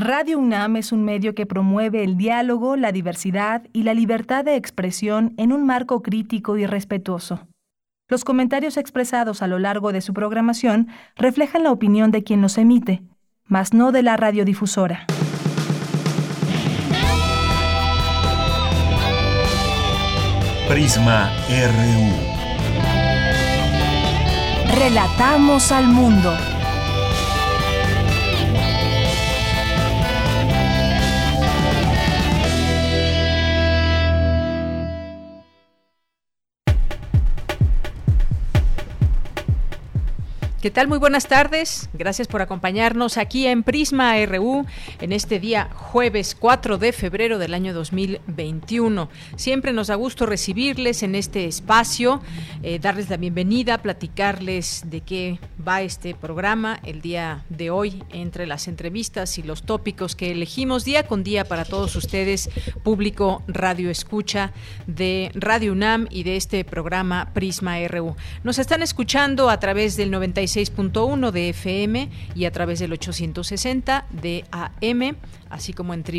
Radio UNAM es un medio que promueve el diálogo, la diversidad y la libertad de expresión en un marco crítico y respetuoso. Los comentarios expresados a lo largo de su programación reflejan la opinión de quien los emite, mas no de la radiodifusora. Prisma RU. Relatamos al mundo. ¿Qué tal? Muy buenas tardes. Gracias por acompañarnos aquí en Prisma RU en este día jueves 4 de febrero del año 2021. Siempre nos da gusto recibirles en este espacio, darles la bienvenida, platicarles de qué va este programa el día de hoy entre las entrevistas y los tópicos que elegimos día con día para todos ustedes, público radio escucha de Radio UNAM y de este programa Prisma RU. Nos están escuchando a través del 96.1 de FM y a través del 860 de AM, así como en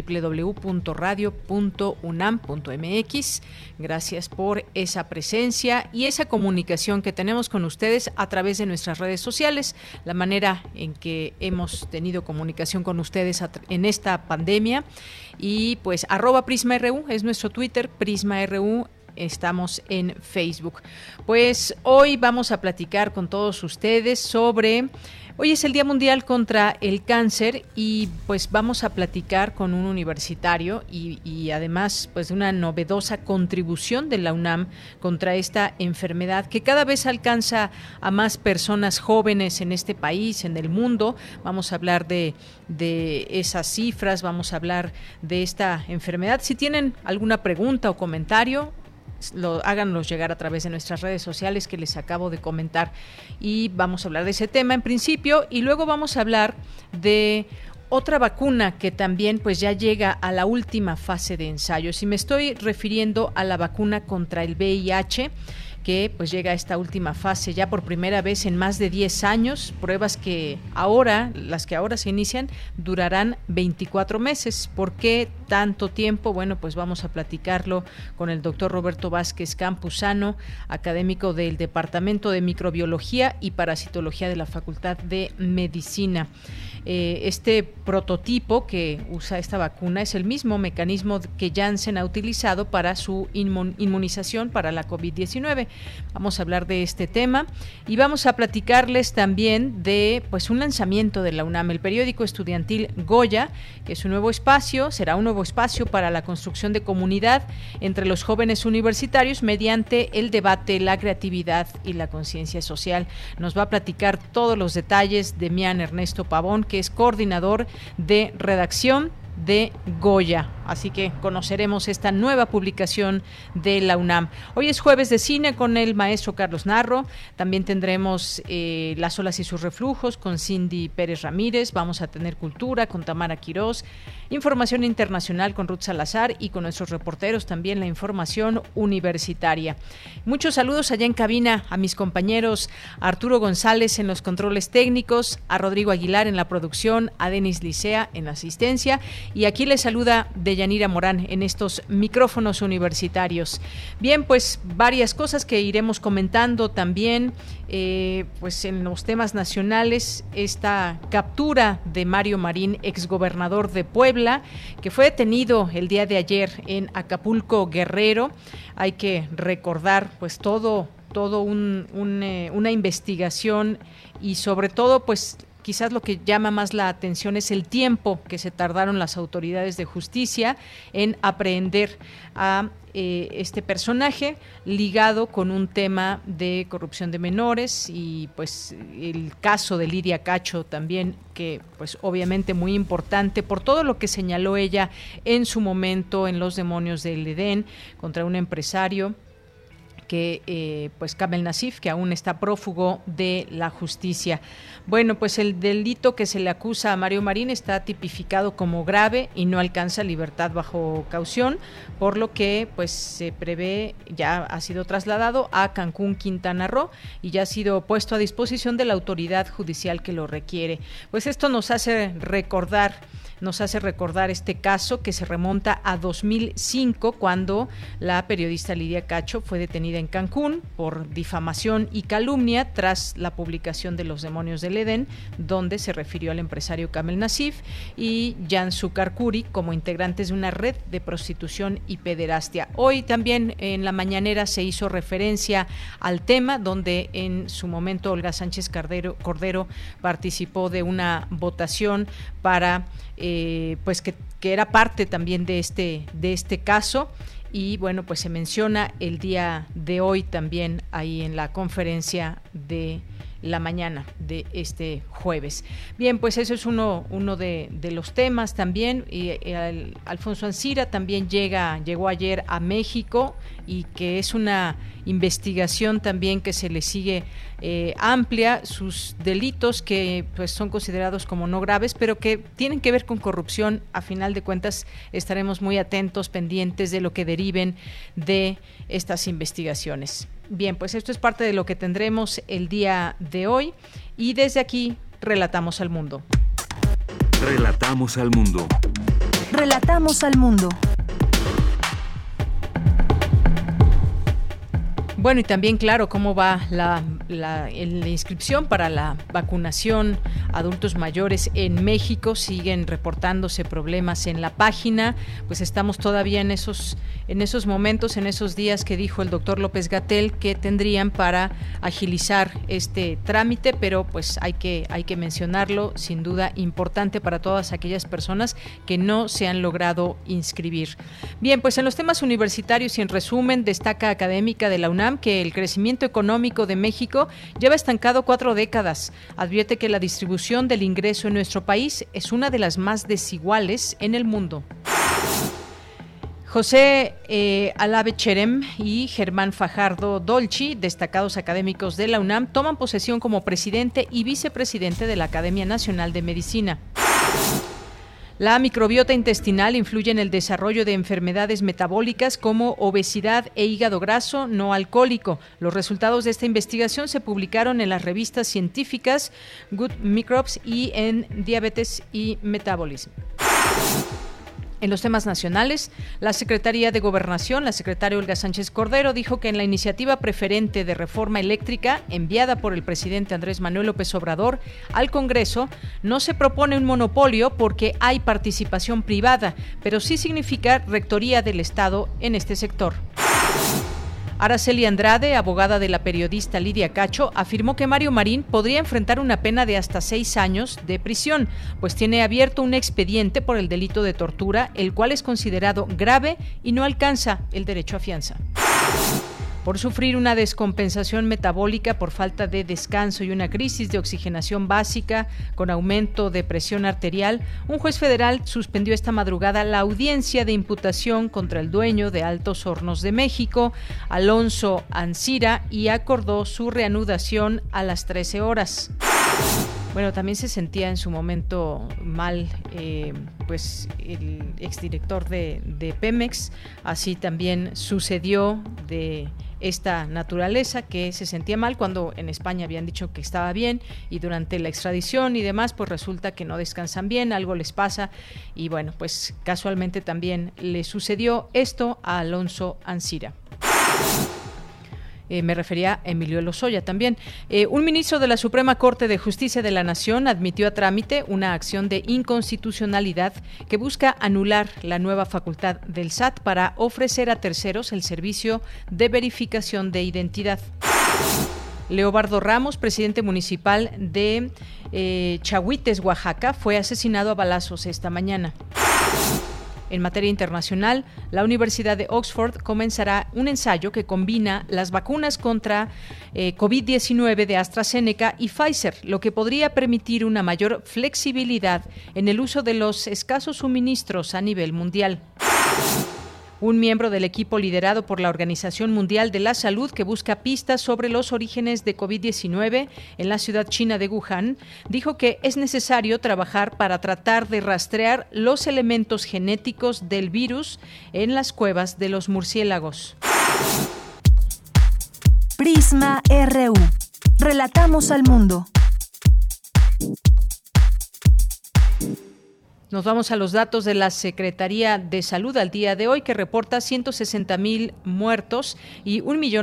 www.radio.unam.mx. Gracias por esa presencia y esa comunicación que tenemos con ustedes a través de nuestras redes sociales, la manera en que hemos tenido comunicación con ustedes en esta pandemia. Y pues @PrismaRU es nuestro Twitter, PrismaRU. Estamos en Facebook. Pues hoy vamos a platicar con todos ustedes sobre... Hoy es el Día Mundial contra el Cáncer y pues vamos a platicar con un universitario y además pues de una novedosa contribución de la UNAM contra esta enfermedad que cada vez alcanza a más personas jóvenes en este país, en el mundo. Vamos a hablar de esas cifras, vamos a hablar de esta enfermedad. Si tienen alguna pregunta o comentario, háganos llegar a través de nuestras redes sociales que les acabo de comentar y vamos a hablar de ese tema en principio y luego vamos a hablar de otra vacuna que también pues ya llega a la última fase de ensayos y me estoy refiriendo a la vacuna contra el VIH que pues llega a esta última fase ya por primera vez en más de 10 años, pruebas que las que ahora se inician, durarán 24 meses. ¿Por qué tanto tiempo? Bueno, pues vamos a platicarlo con el doctor Roberto Vázquez Campuzano, académico del Departamento de Microbiología y Parasitología de la Facultad de Medicina. Este prototipo que usa esta vacuna es el mismo mecanismo que Janssen ha utilizado para su inmunización para la COVID-19. Vamos a hablar de este tema y vamos a platicarles también de pues un lanzamiento de la UNAM, el periódico estudiantil Goya, que es un nuevo espacio, será un nuevo espacio para la construcción de comunidad entre los jóvenes universitarios mediante el debate, la creatividad y la conciencia social. Nos va a platicar todos los detalles Demián Ernesto Pavón, que es coordinador de redacción de Goya. Así que conoceremos esta nueva publicación de la UNAM. Hoy es jueves de cine con el maestro Carlos Narro. También tendremos Las olas y sus reflujos con Cindy Pérez Ramírez. Vamos a tener cultura con Tamara Quirós. Información internacional con Ruth Salazar y con nuestros reporteros también la información universitaria. Muchos saludos allá en cabina a mis compañeros Arturo González en los controles técnicos, a Rodrigo Aguilar en la producción, a Denis Licea en la asistencia y aquí les saluda Deyanira Morán en estos micrófonos universitarios. Bien, pues varias cosas que iremos comentando también, pues en los temas nacionales, esta captura de Mario Marín, exgobernador de Puebla, que fue detenido el día de ayer en Acapulco, Guerrero. Hay que recordar pues una investigación y sobre todo pues quizás lo que llama más la atención es el tiempo que se tardaron las autoridades de justicia en aprehender a este personaje ligado con un tema de corrupción de menores y pues el caso de Lidia Cacho también, que pues obviamente muy importante por todo lo que señaló ella en su momento en Los demonios del Edén contra un empresario que pues Kamel Nacif, que aún está prófugo de la justicia. Bueno, pues el delito que se le acusa a Mario Marín está tipificado como grave y no alcanza libertad bajo caución, por lo que pues se prevé, ya ha sido trasladado a Cancún, Quintana Roo, y ya ha sido puesto a disposición de la autoridad judicial que lo requiere. Pues esto nos hace recordar este caso que se remonta a 2005, cuando la periodista Lidia Cacho fue detenida en Cancún por difamación y calumnia tras la publicación de Los Demonios del Edén, donde se refirió al empresario Kamel Nacif y Jan Sucarcuri como integrantes de una red de prostitución y pederastia. Hoy también en la mañanera se hizo referencia al tema, donde en su momento Olga Sánchez Cordero participó de una votación para pues que era parte también de este caso, y bueno, pues se menciona el día de hoy también ahí en la conferencia de la mañana de este jueves. Bien, pues eso es uno de los temas también. Y Alfonso Ancira también llegó ayer a México, y que es una investigación también que se le sigue amplia, sus delitos que pues son considerados como no graves, pero que tienen que ver con corrupción. A final de cuentas estaremos muy atentos, pendientes de lo que deriven de estas investigaciones. Bien, pues esto es parte de lo que tendremos el día de hoy, y desde aquí relatamos al mundo. Relatamos al mundo. Relatamos al mundo. Bueno, y también, claro, cómo va la inscripción para la vacunación a adultos mayores en México. Siguen reportándose problemas en la página, pues estamos todavía en esos momentos, en esos días que dijo el doctor López-Gatell que tendrían para agilizar este trámite, pero pues hay que mencionarlo, sin duda importante para todas aquellas personas que no se han logrado inscribir. Bien, pues en los temas universitarios y en resumen, destaca Académica de la UNAM que el crecimiento económico de México lleva estancado 4 décadas. Advierte que la distribución del ingreso en nuestro país es una de las más desiguales en el mundo. José Alave Cherem y Germán Fajardo Dolci, destacados académicos de la UNAM, toman posesión como presidente y vicepresidente de la Academia Nacional de Medicina. La microbiota intestinal influye en el desarrollo de enfermedades metabólicas como obesidad e hígado graso no alcohólico. Los resultados de esta investigación se publicaron en las revistas científicas Good Microbes y en Diabetes y Metabolism. En los temas nacionales, la Secretaría de Gobernación, la secretaria Olga Sánchez Cordero, dijo que en la iniciativa preferente de reforma eléctrica enviada por el presidente Andrés Manuel López Obrador al Congreso, no se propone un monopolio porque hay participación privada, pero sí significa rectoría del Estado en este sector. Araceli Andrade, abogada de la periodista Lidia Cacho, afirmó que Mario Marín podría enfrentar una pena de hasta 6 años de prisión, pues tiene abierto un expediente por el delito de tortura, el cual es considerado grave y no alcanza el derecho a fianza. Por sufrir una descompensación metabólica por falta de descanso y una crisis de oxigenación básica con aumento de presión arterial, un juez federal suspendió esta madrugada la audiencia de imputación contra el dueño de Altos Hornos de México, Alonso Ancira, y acordó su reanudación a las 13 horas. Bueno, también se sentía en su momento mal pues el exdirector de Pemex. Así también sucedió de esta naturaleza, que se sentía mal cuando en España habían dicho que estaba bien, y durante la extradición y demás pues resulta que no descansan bien, algo les pasa, y bueno, pues casualmente también le sucedió esto a Alonso Ancira. Me refería a Emilio Lozoya también. Un ministro de la Suprema Corte de Justicia de la Nación admitió a trámite una acción de inconstitucionalidad que busca anular la nueva facultad del SAT para ofrecer a terceros el servicio de verificación de identidad. Leobardo Ramos, presidente municipal de Chahuites, Oaxaca, fue asesinado a balazos esta mañana. En materia internacional, la Universidad de Oxford comenzará un ensayo que combina las vacunas contra COVID-19 de AstraZeneca y Pfizer, lo que podría permitir una mayor flexibilidad en el uso de los escasos suministros a nivel mundial. Un miembro del equipo liderado por la Organización Mundial de la Salud que busca pistas sobre los orígenes de COVID-19 en la ciudad china de Wuhan dijo que es necesario trabajar para tratar de rastrear los elementos genéticos del virus en las cuevas de los murciélagos. Prisma RU. Relatamos al mundo. Nos vamos a los datos de la Secretaría de Salud al día de hoy, que reporta 160,000 muertos y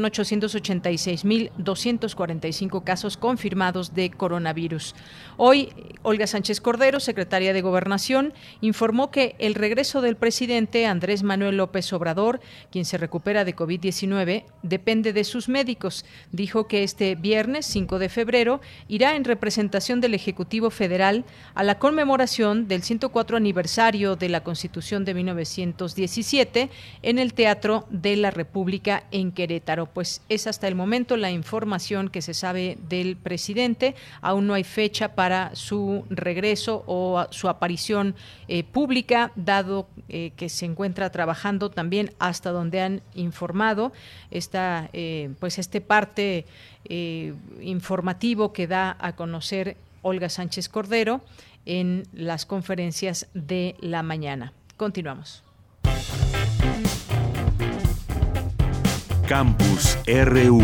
1,886,245 casos confirmados de coronavirus. Hoy, Olga Sánchez Cordero, secretaria de Gobernación, informó que el regreso del presidente Andrés Manuel López Obrador, quien se recupera de COVID-19, depende de sus médicos. Dijo que este viernes 5 de febrero irá en representación del Ejecutivo Federal a la conmemoración del 104 aniversario de la Constitución de 1917 en el Teatro de la República en Querétaro. Pues es hasta el momento la información que se sabe del presidente. Aún no hay fecha para su regreso o su aparición pública, dado que se encuentra trabajando también, hasta donde han informado, este parte informativo que da a conocer Olga Sánchez Cordero en las conferencias de la mañana. Continuamos. Campus RU.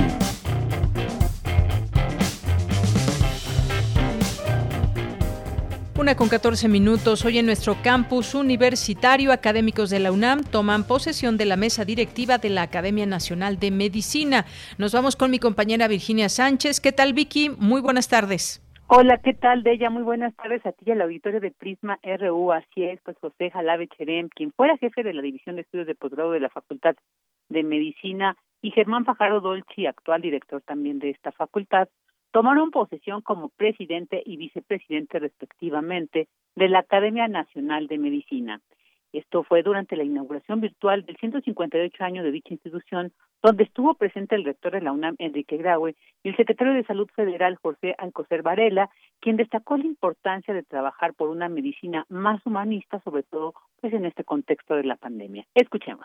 Una con 14 minutos. Hoy en nuestro campus universitario, académicos de la UNAM toman posesión de la mesa directiva de la Academia Nacional de Medicina. Nos vamos con mi compañera Virginia Sánchez. ¿Qué tal, Vicky? Muy buenas tardes. Hola, ¿qué tal, Deya? Muy buenas tardes a ti y al auditorio de Prisma RU. Así es, pues José Jalabe Cherem, quien fuera jefe de la División de Estudios de Posgrado de la Facultad de Medicina, y Germán Fajardo Dolci, actual director también de esta facultad, tomaron posesión como presidente y vicepresidente respectivamente de la Academia Nacional de Medicina. Esto fue durante la inauguración virtual del 158 año de dicha institución, donde estuvo presente el rector de la UNAM, Enrique Graue, y el secretario de Salud Federal, José Alcocer Varela, quien destacó la importancia de trabajar por una medicina más humanista, sobre todo pues en este contexto de la pandemia. Escuchemos.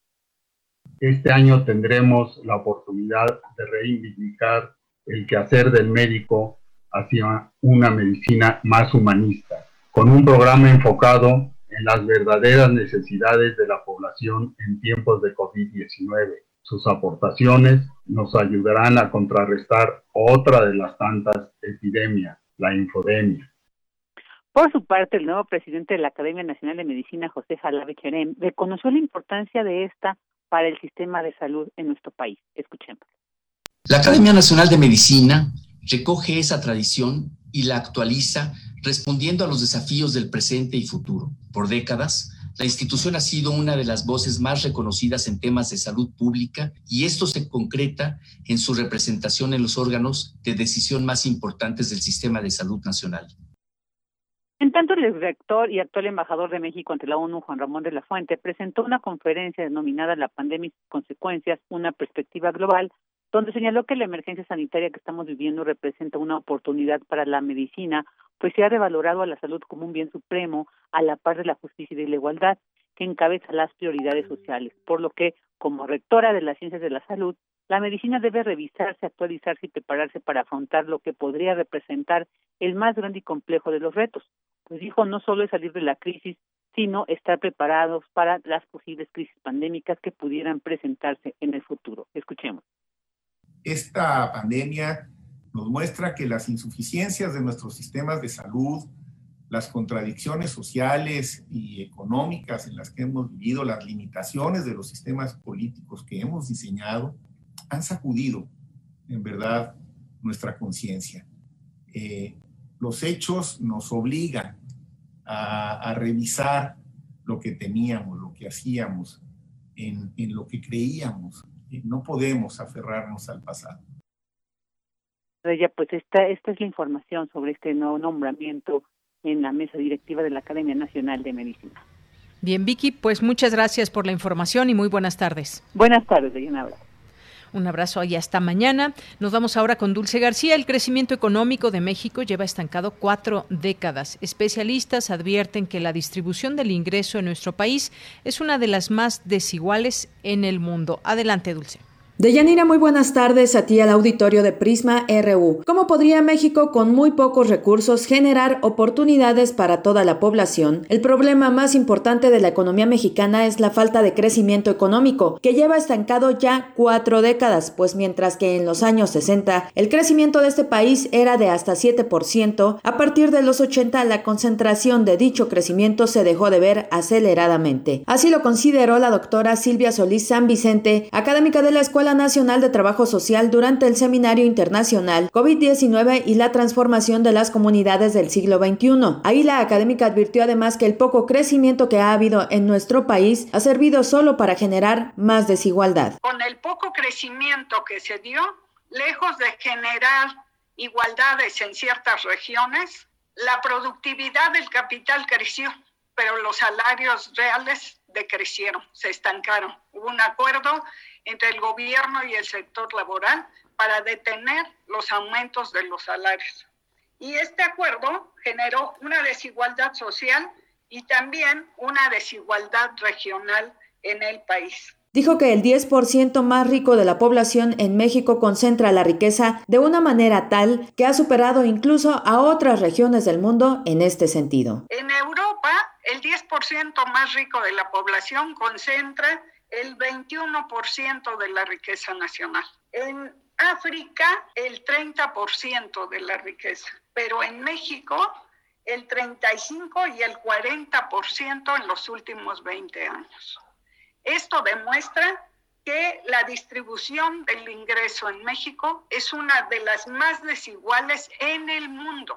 Este año tendremos la oportunidad de reivindicar el quehacer del médico hacia una medicina más humanista, con un programa enfocado en las verdaderas necesidades de la población en tiempos de COVID-19. Sus aportaciones nos ayudarán a contrarrestar otra de las tantas epidemias, la infodemia. Por su parte, el nuevo presidente de la Academia Nacional de Medicina, José Jalabe Cherem, reconoció la importancia de esta para el sistema de salud en nuestro país. Escuchemos. La Academia Nacional de Medicina recoge esa tradición y la actualiza respondiendo a los desafíos del presente y futuro. Por décadas, la institución ha sido una de las voces más reconocidas en temas de salud pública, y esto se concreta en su representación en los órganos de decisión más importantes del sistema de salud nacional. En tanto, el rector y actual embajador de México ante la ONU, Juan Ramón de la Fuente, presentó una conferencia denominada La pandemia y sus consecuencias, una perspectiva global, donde señaló que la emergencia sanitaria que estamos viviendo representa una oportunidad para la medicina, pues se ha revalorado a la salud como un bien supremo, a la par de la justicia y de la igualdad, que encabeza las prioridades sociales, por lo que, como rectora de las ciencias de la salud, la medicina debe revisarse, actualizarse y prepararse para afrontar lo que podría representar el más grande y complejo de los retos. Pues dijo, no solo es salir de la crisis, sino estar preparados para las posibles crisis pandémicas que pudieran presentarse en el futuro. Escuchemos. Esta pandemia nos muestra que las insuficiencias de nuestros sistemas de salud, las contradicciones sociales y económicas en las que hemos vivido, las limitaciones de los sistemas políticos que hemos diseñado, han sacudido, en verdad, nuestra conciencia. Los hechos nos obligan a revisar lo que teníamos, lo que hacíamos, en lo que creíamos. No podemos aferrarnos al pasado. Ya, pues esta es la información sobre este nuevo nombramiento en la mesa directiva de la Academia Nacional de Medicina. Bien, Vicky, pues muchas gracias por la información y muy buenas tardes. Buenas tardes, un abrazo. Un abrazo y hasta mañana. Nos vamos ahora con Dulce García. El crecimiento económico de México lleva estancado 4 décadas. Especialistas advierten que la distribución del ingreso en nuestro país es una de las más desiguales en el mundo. Adelante, Dulce. Deyanira, muy buenas tardes a ti al auditorio de Prisma RU. ¿Cómo podría México, con muy pocos recursos, generar oportunidades para toda la población? El problema más importante de la economía mexicana es la falta de crecimiento económico, que lleva estancado ya 4 décadas, pues mientras que en los años 60 el crecimiento de este país era de hasta 7%, a partir de los 80 la concentración de dicho crecimiento se dejó de ver aceleradamente. Así lo consideró la doctora Silvia Solís San Vicente, académica de la Escuela Nacional de Trabajo Social durante el Seminario Internacional COVID-19 y la transformación de las comunidades del siglo XXI. Ahí la académica advirtió además que el poco crecimiento que ha habido en nuestro país ha servido solo para generar más desigualdad. Con el poco crecimiento que se dio, lejos de generar igualdades en ciertas regiones, la productividad del capital creció, pero los salarios reales decrecieron, se estancaron. Hubo un acuerdo entre el gobierno y el sector laboral para detener los aumentos de los salarios. Y este acuerdo generó una desigualdad social y también una desigualdad regional en el país. Dijo que el 10% más rico de la población en México concentra la riqueza de una manera tal que ha superado incluso a otras regiones del mundo en este sentido. En Europa, el 10% más rico de la población concentra el 21% de la riqueza nacional. En África, el 30% de la riqueza. Pero en México, el 35% y el 40% en los últimos 20 años. Esto demuestra que la distribución del ingreso en México es una de las más desiguales en el mundo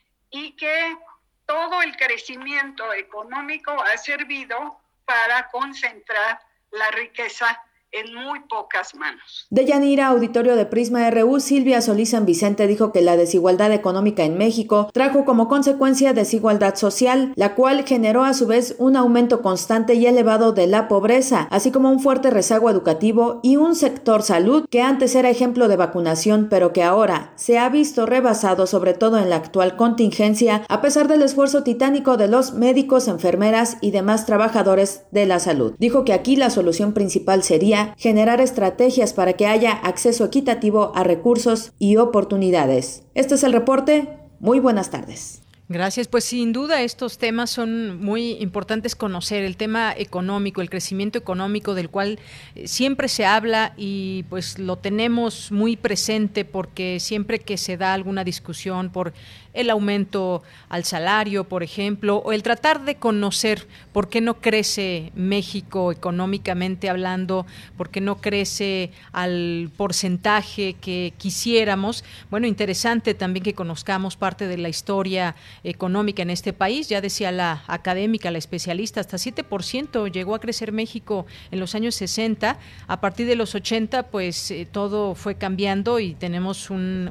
y que todo el crecimiento económico ha servido para concentrar la riqueza en muy pocas manos. Deyanira, auditorio de Prisma RU, Silvia Solís San Vicente dijo que la desigualdad económica en México trajo como consecuencia desigualdad social, la cual generó a su vez un aumento constante y elevado de la pobreza, así como un fuerte rezago educativo y un sector salud que antes era ejemplo de vacunación, pero que ahora se ha visto rebasado, sobre todo en la actual contingencia, a pesar del esfuerzo titánico de los médicos, enfermeras y demás trabajadores de la salud. Dijo que aquí la solución principal sería generar estrategias para que haya acceso equitativo a recursos y oportunidades. Este es el reporte. Muy buenas tardes. Gracias. Pues sin duda estos temas son muy importantes conocer, el tema económico, el crecimiento económico del cual siempre se habla y pues lo tenemos muy presente porque siempre que se da alguna discusión por el aumento al salario, por ejemplo, o el tratar de conocer por qué no crece México económicamente hablando, por qué no crece al porcentaje que quisiéramos. Bueno, interesante también que conozcamos parte de la historia económica en este país. Ya decía la académica, la especialista, hasta 7% llegó a crecer México en los años 60. A partir de los 80, pues todo fue cambiando y tenemos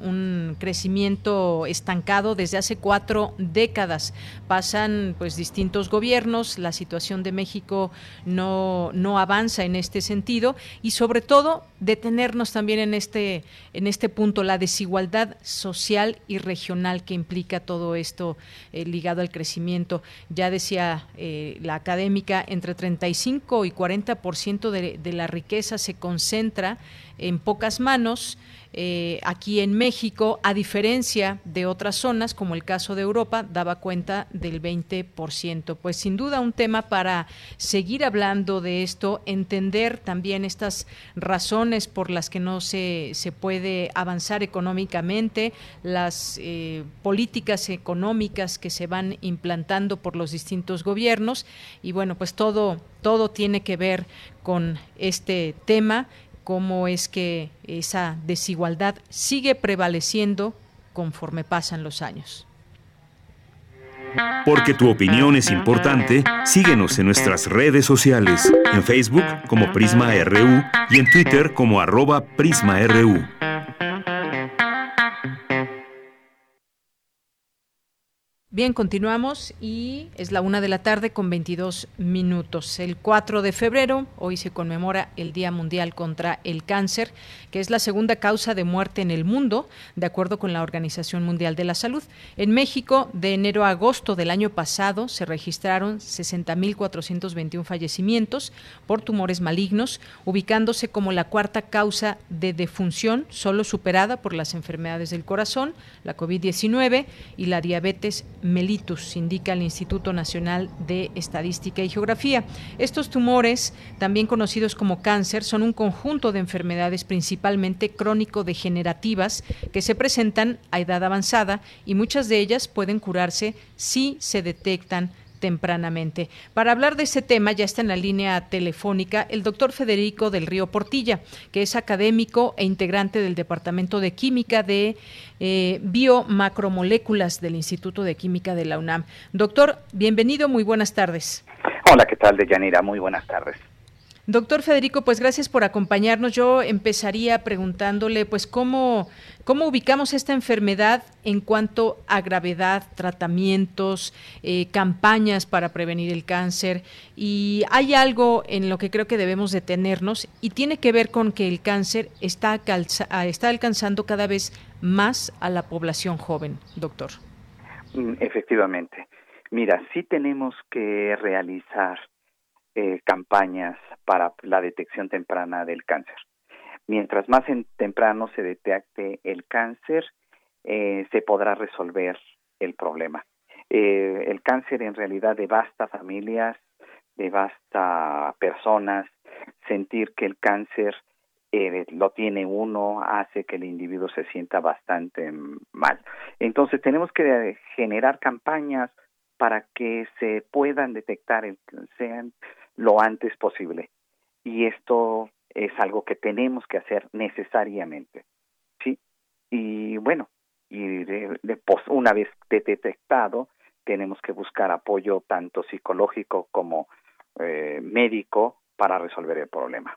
un crecimiento estancado desde hace 4 décadas. Pasan pues distintos gobiernos, la situación de México no avanza en este sentido y sobre todo detenernos también en este punto, la desigualdad social y regional que implica todo esto ligado al crecimiento. Ya decía la académica, entre 35 y 40% de la riqueza se concentra en pocas manos. Aquí en México, a diferencia de otras zonas, como el caso de Europa, daba cuenta del 20%. Pues sin duda un tema para seguir hablando de esto, entender también estas razones por las que no se puede avanzar económicamente, las políticas económicas que se van implantando por los distintos gobiernos y bueno, pues todo tiene que ver con este tema, cómo es que esa desigualdad sigue prevaleciendo conforme pasan los años. Porque tu opinión es importante, síguenos en nuestras redes sociales, en Facebook como Prisma RU y en Twitter como @PrismaRU. Bien, continuamos y es la 1:00 p.m. El 4 de febrero, hoy se conmemora el Día Mundial contra el Cáncer, que es la segunda causa de muerte en el mundo, de acuerdo con la Organización Mundial de la Salud. En México, de enero a agosto del año pasado, se registraron 60.421 fallecimientos por tumores malignos, ubicándose como la cuarta causa de defunción, solo superada por las enfermedades del corazón, la COVID-19 y la diabetes mellitus, indica el Instituto Nacional de Estadística y Geografía. Estos tumores, también conocidos como cáncer, son un conjunto de enfermedades principalmente crónico-degenerativas que se presentan a edad avanzada y muchas de ellas pueden curarse si se detectan tempranamente. Para hablar de este tema ya está en la línea telefónica el doctor Federico del Río Portilla, que es académico e integrante del Departamento de Química de Biomacromoléculas del Instituto de Química de la UNAM. Doctor, bienvenido, muy buenas tardes. Hola, ¿qué tal, Deyanira? Muy buenas tardes. Doctor Federico, pues gracias por acompañarnos. Yo empezaría preguntándole, pues, ¿cómo ubicamos esta enfermedad en cuanto a gravedad, tratamientos, campañas para prevenir el cáncer? Y hay algo en lo que creo que debemos detenernos y tiene que ver con que el cáncer está alcanzando cada vez más a la población joven, doctor. Efectivamente. Mira, sí tenemos que realizar campañas para la detección temprana del cáncer. Mientras más temprano se detecte el cáncer, se podrá resolver el problema. El cáncer en realidad devasta familias, devasta personas. Sentir que el cáncer lo tiene uno hace que el individuo se sienta bastante mal. Entonces tenemos que generar campañas para que se puedan detectar sean lo antes posible. Y esto es algo que tenemos que hacer necesariamente, ¿sí? Y bueno, una vez detectado, tenemos que buscar apoyo tanto psicológico como médico para resolver el problema.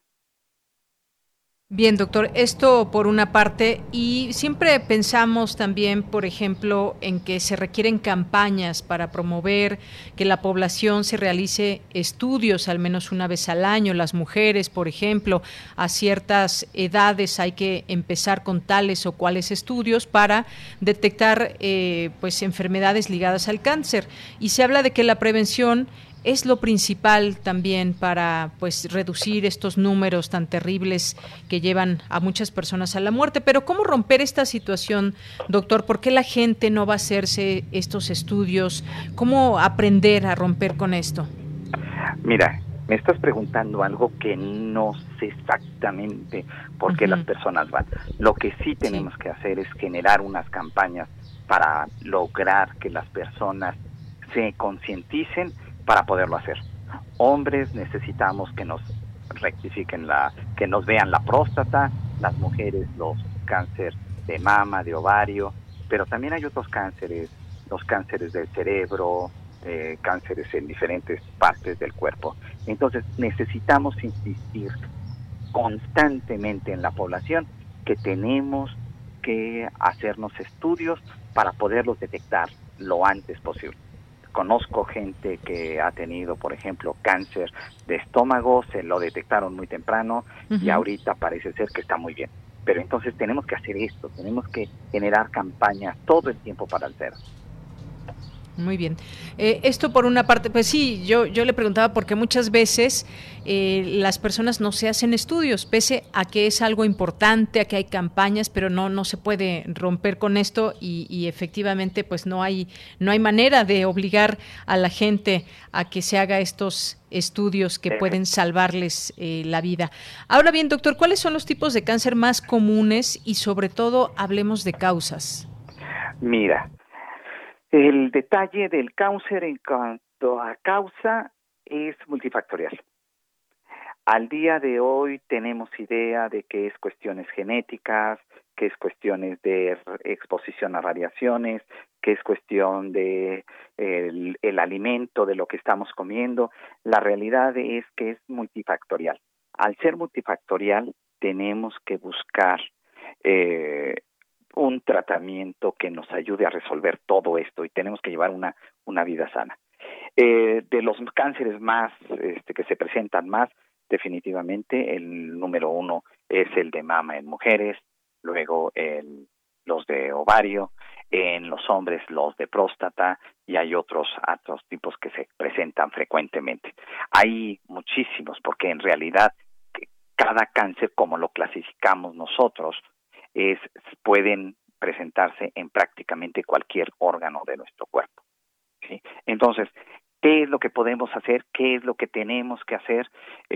Bien, doctor, esto por una parte, y siempre pensamos también, por ejemplo, en que se requieren campañas para promover que la población se realice estudios al menos una vez al año. Las mujeres, por ejemplo, a ciertas edades hay que empezar con tales o cuales estudios para detectar pues enfermedades ligadas al cáncer. Y se habla de que la prevención es lo principal también para pues reducir estos números tan terribles que llevan a muchas personas a la muerte. Pero ¿cómo romper esta situación, doctor? ¿Por qué la gente no va a hacerse estos estudios? ¿Cómo aprender a romper con esto? Mira, me estás preguntando algo que no sé exactamente por qué las personas van. Lo que sí tenemos que hacer es generar unas campañas para lograr que las personas se concienticen para poderlo hacer. Hombres necesitamos que nos rectifiquen que nos vean la próstata, las mujeres los cáncer de mama, de ovario, pero también hay otros cánceres, los cánceres del cerebro, cánceres en diferentes partes del cuerpo. Entonces necesitamos insistir constantemente en la población que tenemos que hacernos estudios para poderlos detectar lo antes posible. Conozco gente que ha tenido, por ejemplo, cáncer de estómago, se lo detectaron muy temprano y ahorita parece ser que está muy bien. Pero entonces tenemos que hacer esto, tenemos que generar campañas todo el tiempo para el cero. Muy bien. Esto por una parte, pues sí, yo le preguntaba porque muchas veces las personas no se hacen estudios, pese a que es algo importante, a que hay campañas, pero no se puede romper con esto y efectivamente pues no hay manera de obligar a la gente a que se haga estos estudios que pueden salvarles la vida. Ahora bien, doctor, ¿cuáles son los tipos de cáncer más comunes y sobre todo hablemos de causas? Mira, el detalle del cáncer en cuanto a causa es multifactorial. Al día de hoy tenemos idea de que es cuestiones genéticas, que es cuestiones de exposición a radiaciones, que es cuestión de el alimento, de lo que estamos comiendo. La realidad es que es multifactorial. Al ser multifactorial tenemos que buscar un tratamiento que nos ayude a resolver todo esto y tenemos que llevar una vida sana. De los cánceres más que se presentan más, definitivamente el número 1 es el de mama en mujeres, luego los de ovario, en los hombres los de próstata, y hay otros tipos que se presentan frecuentemente. Hay muchísimos, porque en realidad cada cáncer, como lo clasificamos nosotros, pueden presentarse en prácticamente cualquier órgano de nuestro cuerpo, ¿sí? Entonces, ¿qué es lo que podemos hacer? ¿Qué es lo que tenemos que hacer?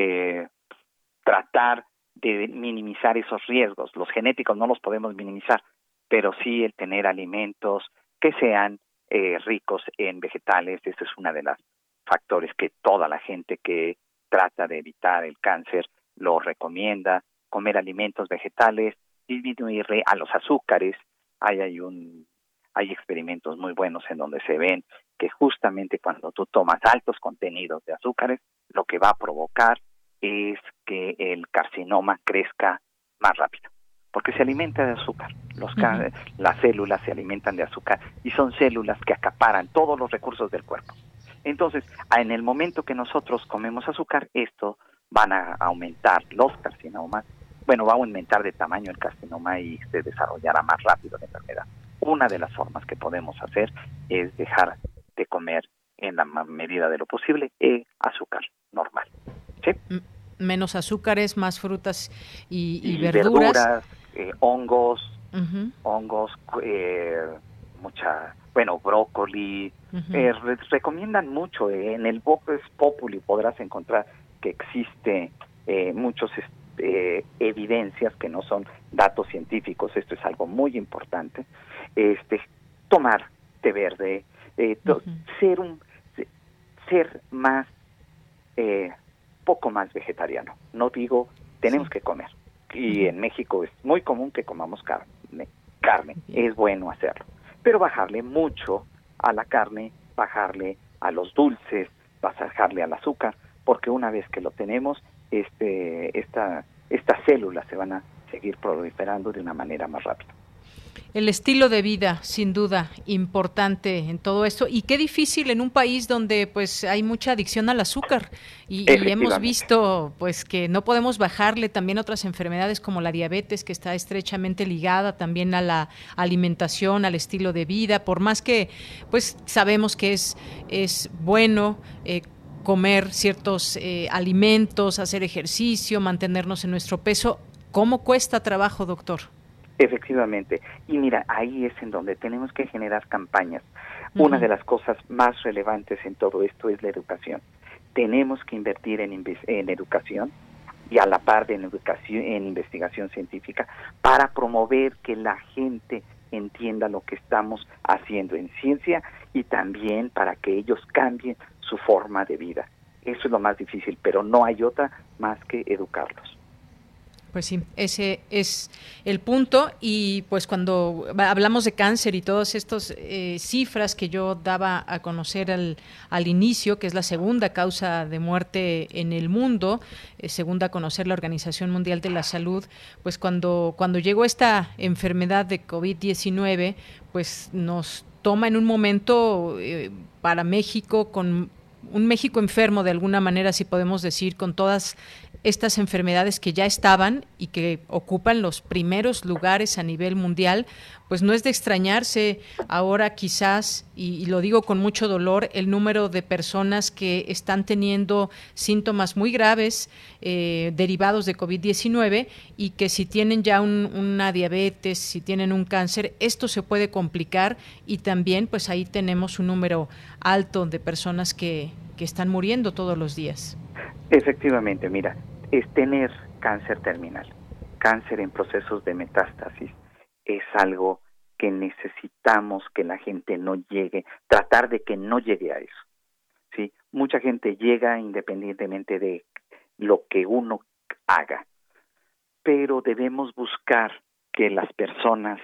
Tratar de minimizar esos riesgos. Los genéticos no los podemos minimizar, pero sí el tener alimentos que sean ricos en vegetales. Ese es uno de los factores que toda la gente que trata de evitar el cáncer lo recomienda. Comer alimentos vegetales, disminuirle a los azúcares. Hay experimentos muy buenos en donde se ven que justamente cuando tú tomas altos contenidos de azúcares, lo que va a provocar es que el carcinoma crezca más rápido, porque se alimenta de azúcar. Las células se alimentan de azúcar y son células que acaparan todos los recursos del cuerpo. Entonces, en el momento que nosotros comemos azúcar, esto van a aumentar los carcinomas. Bueno, va a aumentar de tamaño el carcinoma y se desarrollará más rápido la enfermedad. Una de las formas que podemos hacer es dejar de comer en la medida de lo posible azúcar normal, ¿sí? Menos azúcares, más frutas y verduras. Hongos, Uh-huh. Brócoli. Uh-huh. Recomiendan mucho, en el Vox Populi podrás encontrar que existe muchos evidencias que no son datos científicos. Esto es algo muy importante. Tomar té verde, uh-huh. ser más poco más vegetariano. No digo tenemos que comer, y en México es muy común que comamos carne, es bueno hacerlo, pero bajarle mucho a la carne, bajarle a los dulces, bajarle al azúcar, porque una vez que lo tenemos, estas células se van a seguir proliferando de una manera más rápida. El estilo de vida, sin duda, importante en todo esto, y qué difícil en un país donde pues hay mucha adicción al azúcar y hemos visto pues que no podemos bajarle también otras enfermedades como la diabetes, que está estrechamente ligada también a la alimentación, al estilo de vida, por más que pues sabemos que es bueno comer ciertos alimentos, hacer ejercicio, mantenernos en nuestro peso. ¿Cómo cuesta trabajo, doctor? Efectivamente, y mira, ahí es en donde tenemos que generar campañas. Uh-huh. Una de las cosas más relevantes en todo esto es la educación. Tenemos que invertir en educación y a la par de en investigación científica para promover que la gente entienda lo que estamos haciendo en ciencia y también para que ellos cambien su forma de vida. Eso es lo más difícil, pero no hay otra más que educarlos. Pues sí, ese es el punto. Y pues cuando hablamos de cáncer y todas estas cifras que yo daba a conocer al inicio, que es la segunda causa de muerte en el mundo, según a conocer la Organización Mundial de la Salud, pues cuando llegó esta enfermedad de COVID-19, pues nos toma en un momento para México, con un México enfermo de alguna manera, si podemos decir, con todas estas enfermedades que ya estaban y que ocupan los primeros lugares a nivel mundial, pues no es de extrañarse ahora quizás, y lo digo con mucho dolor, el número de personas que están teniendo síntomas muy graves derivados de COVID-19 y que si tienen ya una diabetes, si tienen un cáncer, esto se puede complicar y también pues ahí tenemos un número alto de personas que están muriendo todos los días. Efectivamente, mira, es tener cáncer terminal, cáncer en procesos de metástasis, es algo que necesitamos que la gente no llegue, tratar de que no llegue a eso, ¿sí? Mucha gente llega independientemente de lo que uno haga, pero debemos buscar que las personas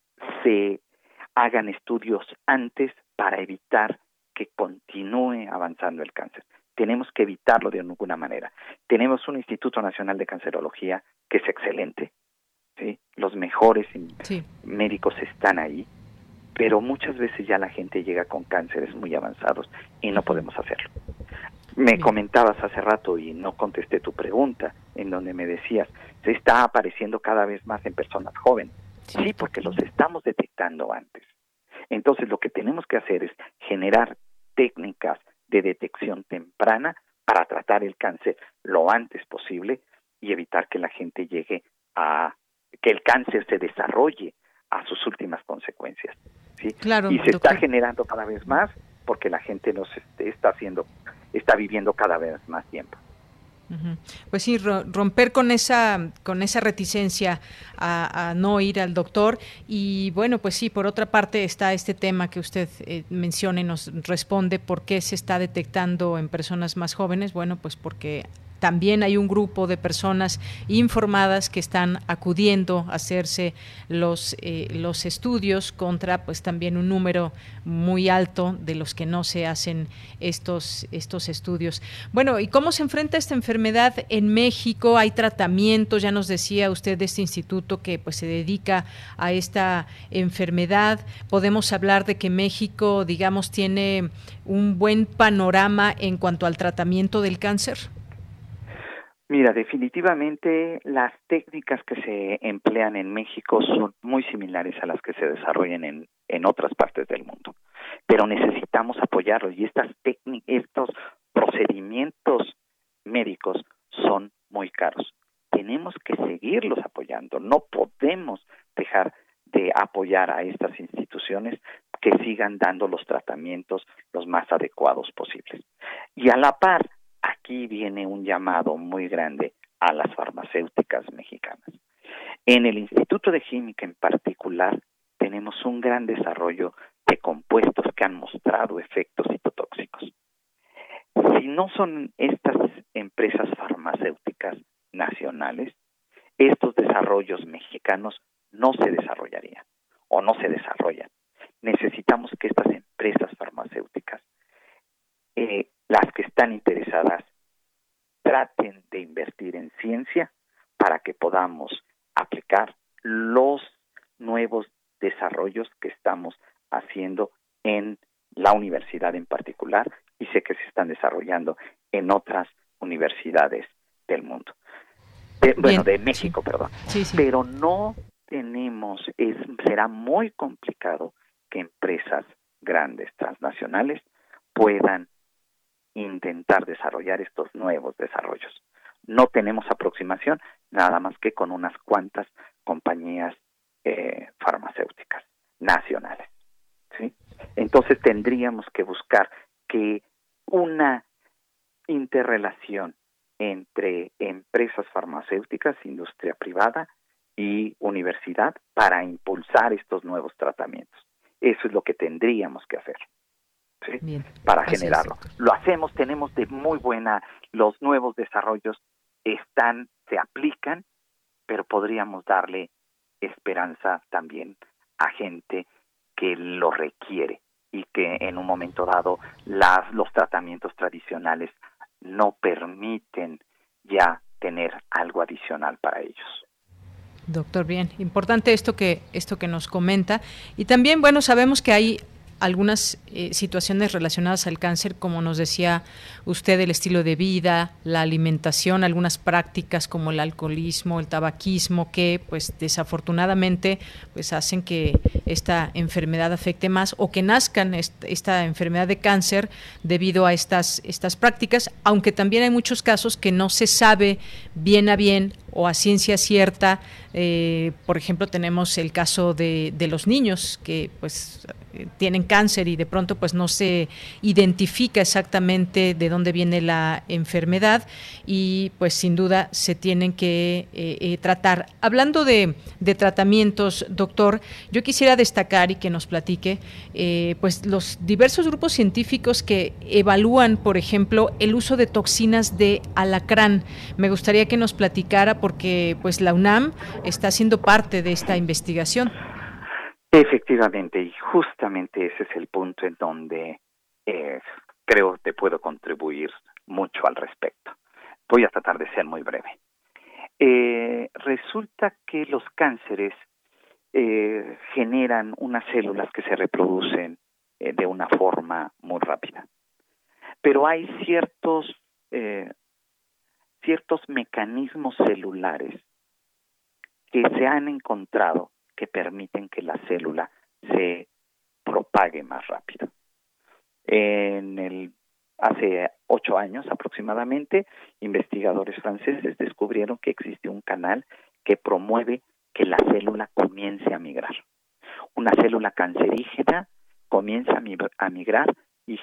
se hagan estudios antes para evitar que continúe avanzando el cáncer. Tenemos que evitarlo de alguna manera. Tenemos un Instituto Nacional de Cancerología que es excelente, ¿sí? Los mejores médicos están ahí, pero muchas veces ya la gente llega con cánceres muy avanzados y no podemos hacerlo. Me comentabas hace rato y no contesté tu pregunta, en donde me decías, se está apareciendo cada vez más en personas jóvenes. Sí, porque los estamos detectando antes. Entonces, lo que tenemos que hacer es generar técnicas de detección temprana para tratar el cáncer lo antes posible y evitar que la gente llegue a que el cáncer se desarrolle a sus últimas consecuencias, ¿sí? Claro, y se está generando cada vez más porque la gente está viviendo cada vez más tiempo. Pues sí, romper con esa reticencia a no ir al doctor. Y bueno, pues sí, por otra parte está este tema que usted menciona y nos responde, ¿por qué se está detectando en personas más jóvenes? Bueno, pues porque también hay un grupo de personas informadas que están acudiendo a hacerse los estudios contra pues también un número muy alto de los que no se hacen estos estudios. Bueno, ¿y cómo se enfrenta esta enfermedad en México? ¿Hay tratamientos? Ya nos decía usted de este instituto que pues se dedica a esta enfermedad. Podemos hablar de que México, digamos, tiene un buen panorama en cuanto al tratamiento del cáncer. Mira, definitivamente las técnicas que se emplean en México son muy similares a las que se desarrollan en otras partes del mundo, pero necesitamos apoyarlos y estos procedimientos médicos son muy caros. Tenemos que seguirlos apoyando, no podemos dejar de apoyar a estas instituciones que sigan dando los tratamientos los más adecuados posibles. Y a la par, aquí viene un llamado muy grande a las farmacéuticas mexicanas. En el Instituto de Química en particular, tenemos un gran desarrollo de compuestos que han mostrado efectos citotóxicos. Si no son estas empresas farmacéuticas nacionales, estos desarrollos mexicanos no se desarrollarían o no se desarrollan. Necesitamos que estas empresas farmacéuticas, las que están interesadas, traten de invertir en ciencia para que podamos aplicar los nuevos desarrollos que estamos haciendo en la universidad en particular y sé que se están desarrollando en otras universidades del mundo. De México, perdón. Sí. Pero no será muy complicado que empresas grandes, transnacionales, puedan intentar desarrollar estos nuevos desarrollos. No tenemos aproximación, nada más que con unas cuantas compañías farmacéuticas nacionales, ¿sí? Entonces tendríamos que buscar que una interrelación entre empresas farmacéuticas, industria privada y universidad para impulsar estos nuevos tratamientos. Eso es lo que tendríamos que hacer, ¿sí? Bien, para generarlo. Lo hacemos, tenemos de muy buena, los nuevos desarrollos se aplican, pero podríamos darle esperanza también a gente que lo requiere y que en un momento dado los tratamientos tradicionales no permiten ya tener algo adicional para ellos. Doctor, bien, importante esto que nos comenta. Y también, bueno, sabemos que hay algunas situaciones relacionadas al cáncer, como nos decía usted, el estilo de vida, la alimentación, algunas prácticas como el alcoholismo, el tabaquismo, que pues desafortunadamente pues hacen que esta enfermedad afecte más o que nazcan esta enfermedad de cáncer debido a estas prácticas, aunque también hay muchos casos que no se sabe bien a bien o a ciencia cierta. Por ejemplo, tenemos el caso de los niños que pues tienen cáncer y de pronto pues no se identifica exactamente de dónde viene la enfermedad y pues sin duda se tienen que tratar. Hablando de tratamientos, doctor, yo quisiera destacar y que nos platique pues los diversos grupos científicos que evalúan, por ejemplo, el uso de toxinas de alacrán. Me gustaría que nos platicara porque pues la UNAM está siendo parte de esta investigación. Efectivamente, y justamente ese es el punto en donde creo que puedo contribuir mucho al respecto. Voy a tratar de ser muy breve. Resulta que los cánceres generan unas células que se reproducen de una forma muy rápida. Pero hay ciertos mecanismos celulares que se han encontrado que permiten que la célula se propague más rápido. Hace 8 años aproximadamente, investigadores franceses descubrieron que existe un canal que promueve que la célula comience a migrar. Una célula cancerígena comienza a migrar y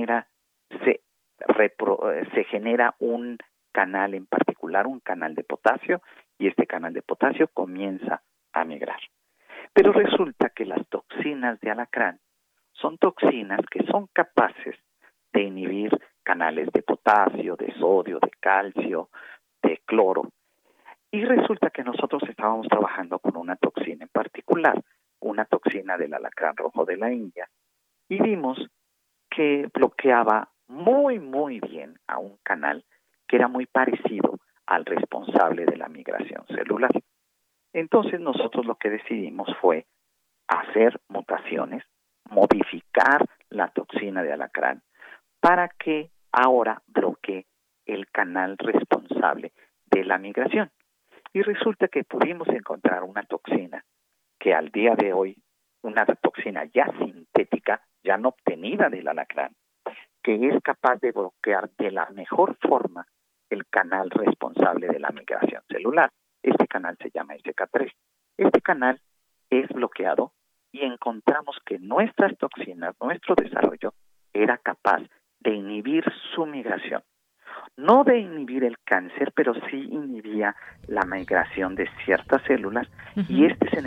se genera un canal en particular, un canal de potasio, y este canal de potasio comienza a migrar. Pero resulta que las toxinas de alacrán son toxinas que son capaces de inhibir canales de potasio, de sodio, de calcio, de cloro. Y resulta que nosotros estábamos trabajando con una toxina en particular, una toxina del alacrán rojo de la India, y vimos que bloqueaba muy, muy bien a un canal que era muy parecido al responsable de la migración celular. Entonces nosotros lo que decidimos fue hacer mutaciones, modificar la toxina de alacrán para que ahora bloquee el canal responsable de la migración. Y resulta que pudimos encontrar una toxina que al día de hoy, una toxina ya sintética, ya no obtenida del alacrán, que es capaz de bloquear de la mejor forma el canal responsable de la migración celular. Este canal se llama SK3. Este canal es bloqueado y encontramos que nuestras toxinas, nuestro desarrollo, era capaz de inhibir su migración. No de inhibir el cáncer, pero sí inhibía la migración de ciertas células, y este es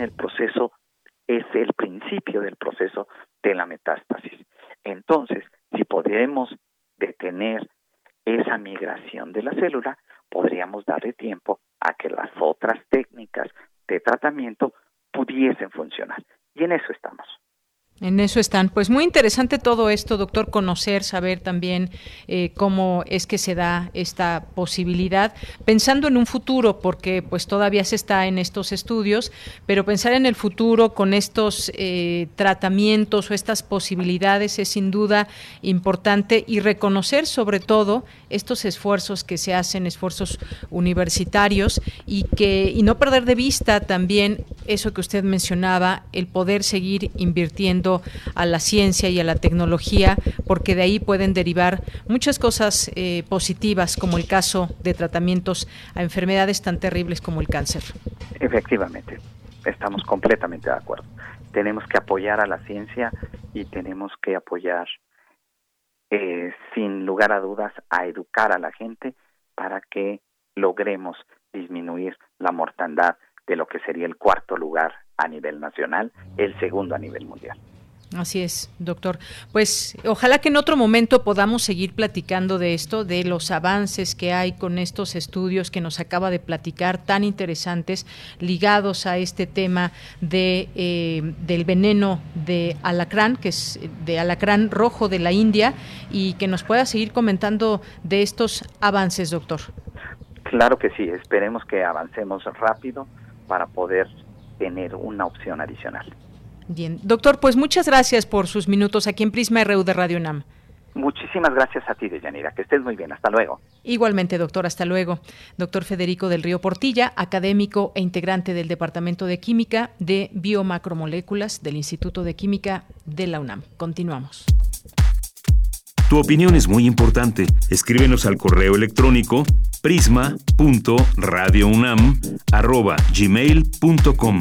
el principio del proceso de la metástasis. Entonces, si podemos detener esa migración de la célula, podríamos darle tiempo a que las otras técnicas de tratamiento pudiesen funcionar. Y en eso estamos. En eso están. Pues muy interesante todo esto, doctor, conocer, saber también cómo es que se da esta posibilidad, pensando en un futuro, porque pues todavía se está en estos estudios, pero pensar en el futuro con estos tratamientos o estas posibilidades es sin duda importante, y reconocer sobre todo estos esfuerzos que se hacen, esfuerzos universitarios, y no perder de vista también eso que usted mencionaba, el poder seguir invirtiendo a la ciencia y a la tecnología, porque de ahí pueden derivar muchas cosas positivas, como el caso de tratamientos a enfermedades tan terribles como el cáncer. Efectivamente, estamos completamente de acuerdo. Tenemos que apoyar a la ciencia y tenemos que apoyar, sin lugar a dudas, a educar a la gente para que logremos disminuir la mortandad de lo que sería el 4º lugar a nivel nacional, el 2º a nivel mundial. Así es, doctor. Pues ojalá que en otro momento podamos seguir platicando de esto, de los avances que hay con estos estudios que nos acaba de platicar, tan interesantes, ligados a este tema del veneno de alacrán, que es de alacrán rojo de la India, y que nos pueda seguir comentando de estos avances, doctor. Claro que sí, esperemos que avancemos rápido para poder tener una opción adicional. Bien, doctor, pues muchas gracias por sus minutos aquí en Prisma RU de Radio UNAM. Muchísimas gracias a ti, Deyanira, que estés muy bien, hasta luego. Igualmente, doctor, hasta luego. Doctor Federico del Río Portilla, académico e integrante del Departamento de Química de Biomacromoléculas del Instituto de Química de la UNAM. Continuamos. Tu opinión es muy importante. Escríbenos al correo electrónico prisma.radiounam@gmail.com.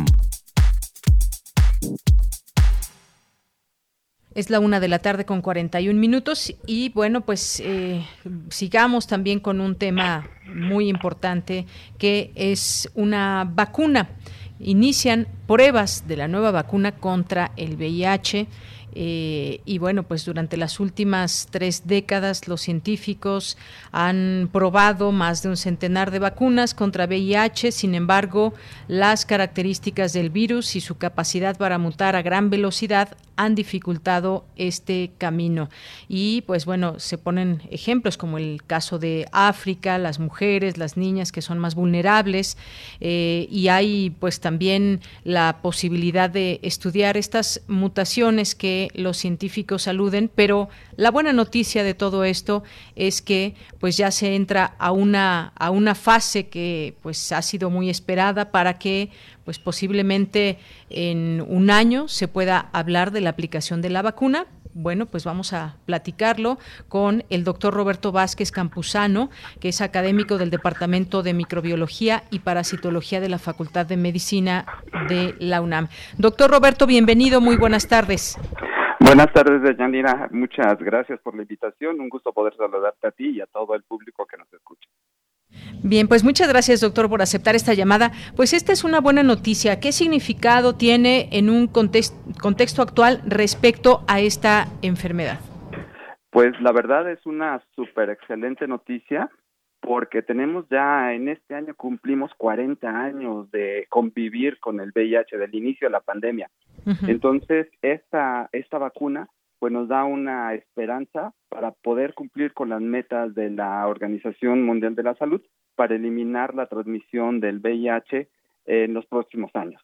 Es la 1:41 p.m. y bueno, pues sigamos también con un tema muy importante, que es una vacuna. Inician pruebas de la nueva vacuna contra el VIH. y bueno, pues durante las últimas 3 décadas los científicos han probado más de un centenar de vacunas contra VIH. Sin embargo, las características del virus y su capacidad para mutar a gran velocidad han dificultado este camino. Y pues bueno, se ponen ejemplos como el caso de África, las mujeres, las niñas que son más vulnerables, y hay pues también la posibilidad de estudiar estas mutaciones que los científicos aluden, pero la buena noticia de todo esto es que pues ya se entra a una fase que pues ha sido muy esperada para que pues posiblemente en un año se pueda hablar de la aplicación de la vacuna. Bueno, pues vamos a platicarlo con el doctor Roberto Vázquez Campuzano, que es académico del Departamento de Microbiología y Parasitología de la Facultad de Medicina de la UNAM. Doctor Roberto, bienvenido, muy buenas tardes. Buenas tardes, Deyanira. Muchas gracias por la invitación. Un gusto poder saludarte a ti y a todo el público que nos escucha. Bien, pues muchas gracias, doctor, por aceptar esta llamada. Pues esta es una buena noticia. ¿Qué significado tiene en un contexto actual respecto a esta enfermedad? Pues la verdad es una súper excelente noticia, porque tenemos ya en este año cumplimos 40 años de convivir con el VIH, del inicio de la pandemia. Uh-huh. Entonces, esta vacuna pues nos da una esperanza para poder cumplir con las metas de la Organización Mundial de la Salud para eliminar la transmisión del VIH en los próximos años.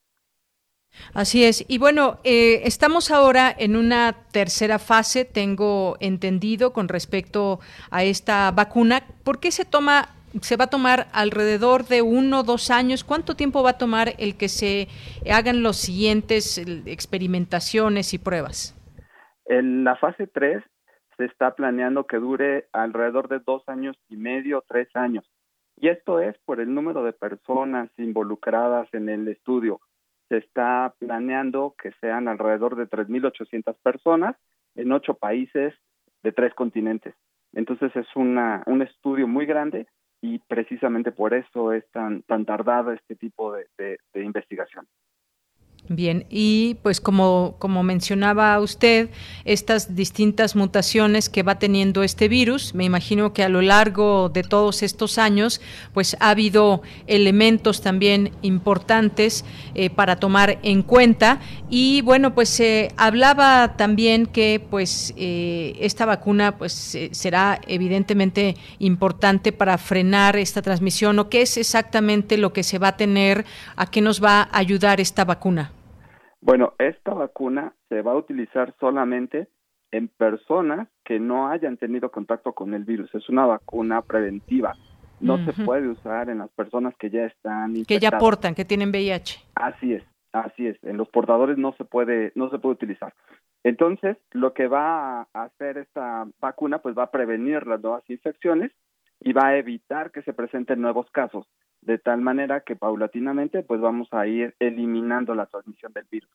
Así es. Y bueno, estamos ahora en una tercera fase, tengo entendido, con respecto a esta vacuna. ¿Por qué se va a tomar alrededor de 1 o 2 años? ¿Cuánto tiempo va a tomar el que se hagan los siguientes experimentaciones y pruebas? En la fase 3 se está planeando que dure alrededor de 2 años y medio, 3 años. Y esto es por el número de personas involucradas en el estudio. Se está planeando que sean alrededor de 3,800 personas en 8 países de 3 continentes. Entonces es un estudio muy grande y precisamente por eso es tan tardado este tipo de investigación. Bien, y pues como mencionaba usted, estas distintas mutaciones que va teniendo este virus, me imagino que a lo largo de todos estos años, pues ha habido elementos también importantes para tomar en cuenta. Y bueno, pues se hablaba también que pues esta vacuna pues será evidentemente importante para frenar esta transmisión. ¿O qué es exactamente lo que se va a tener? ¿A qué nos va a ayudar esta vacuna? Bueno, esta vacuna se va a utilizar solamente en personas que no hayan tenido contacto con el virus. Es una vacuna preventiva. No uh-huh. se puede usar en las personas que ya están infectadas. Que ya portan, que tienen VIH. Así es. En los portadores no se puede utilizar. Entonces, lo que va a hacer esta vacuna, pues va a prevenir las nuevas infecciones y va a evitar que se presenten nuevos casos, de tal manera que paulatinamente pues vamos a ir eliminando la transmisión del virus.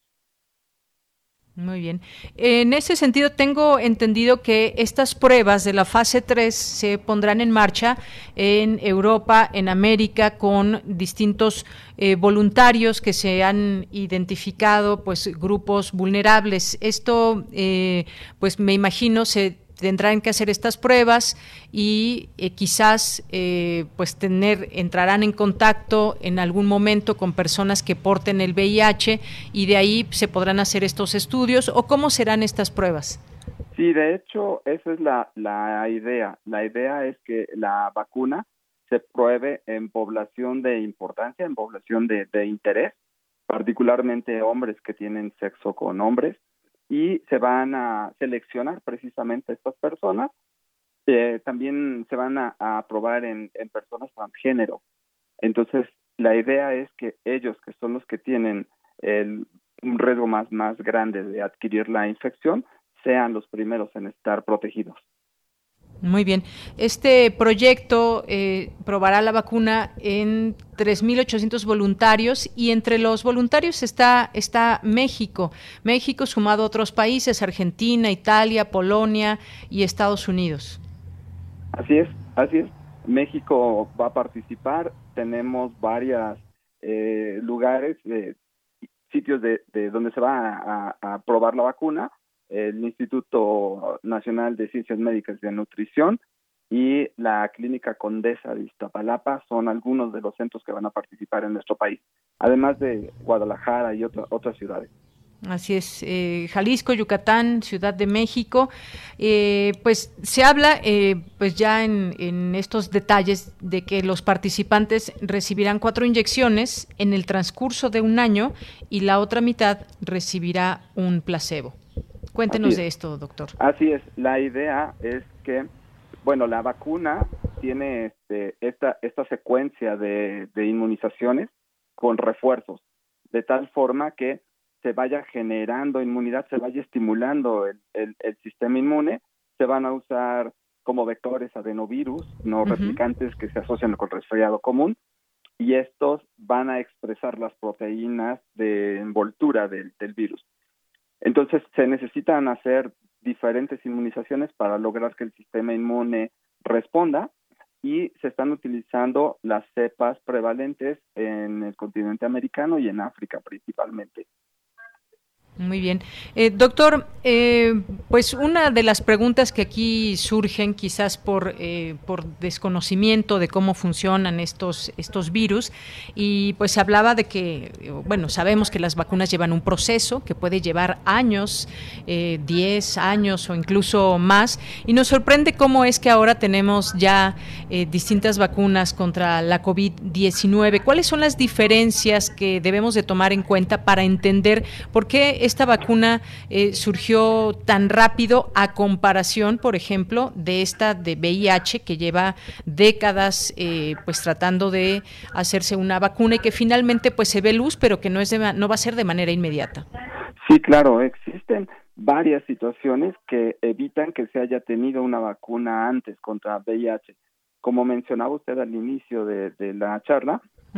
Muy bien. En ese sentido, tengo entendido que estas pruebas de la fase 3 se pondrán en marcha en Europa, en América, con distintos voluntarios que se han identificado, pues grupos vulnerables. Esto, pues me imagino, se tendrán que hacer estas pruebas y quizás pues entrarán en contacto en algún momento con personas que porten el VIH y de ahí se podrán hacer estos estudios. ¿O cómo serán estas pruebas? Sí, de hecho, esa es la idea. La idea es que la vacuna se pruebe en población de importancia, en población de interés, particularmente hombres que tienen sexo con hombres, y se van a seleccionar precisamente estas personas. También se van a probar en personas transgénero. Entonces, la idea es que ellos, que son los que tienen un riesgo más grande de adquirir la infección, sean los primeros en estar protegidos. Muy bien. Este proyecto probará la vacuna en 3,800 voluntarios y entre los voluntarios está México. México sumado a otros países, Argentina, Italia, Polonia y Estados Unidos. Así es. México va a participar. Tenemos varios lugares, sitios de donde se va a probar la vacuna. el Instituto Nacional de Ciencias Médicas y de Nutrición y la Clínica Condesa de Iztapalapa son algunos de los centros que van a participar en nuestro país, además de Guadalajara y otras ciudades. Así es, Jalisco, Yucatán, Ciudad de México, pues se habla pues ya en estos detalles de que los participantes recibirán 4 inyecciones en el transcurso de un año y la otra mitad recibirá un placebo. Cuéntenos de esto, doctor. Así es, la idea es que, bueno, la vacuna tiene esta secuencia de inmunizaciones con refuerzos, de tal forma que se vaya generando inmunidad, se vaya estimulando el sistema inmune, se van a usar como vectores adenovirus, no replicantes que se asocian con resfriado común, y estos van a expresar las proteínas de envoltura del virus. Entonces, se necesitan hacer diferentes inmunizaciones para lograr que el sistema inmune responda, y se están utilizando las cepas prevalentes en el continente americano y en África principalmente. Muy bien. Doctor, pues una de las preguntas que aquí surgen, quizás por desconocimiento de cómo funcionan estos virus, y pues se hablaba de que, bueno, sabemos que las vacunas llevan un proceso que puede llevar años, 10 años o incluso más, y nos sorprende cómo es que ahora tenemos ya distintas vacunas contra la COVID-19. ¿Cuáles son las diferencias que debemos de tomar en cuenta para entender por qué esta vacuna surgió tan rápido a comparación, por ejemplo, de esta de VIH que lleva décadas pues tratando de hacerse una vacuna y que finalmente pues se ve luz, pero que no va a ser de manera inmediata? Sí, claro, existen varias situaciones que evitan que se haya tenido una vacuna antes contra VIH. Como mencionaba usted al inicio de la charla,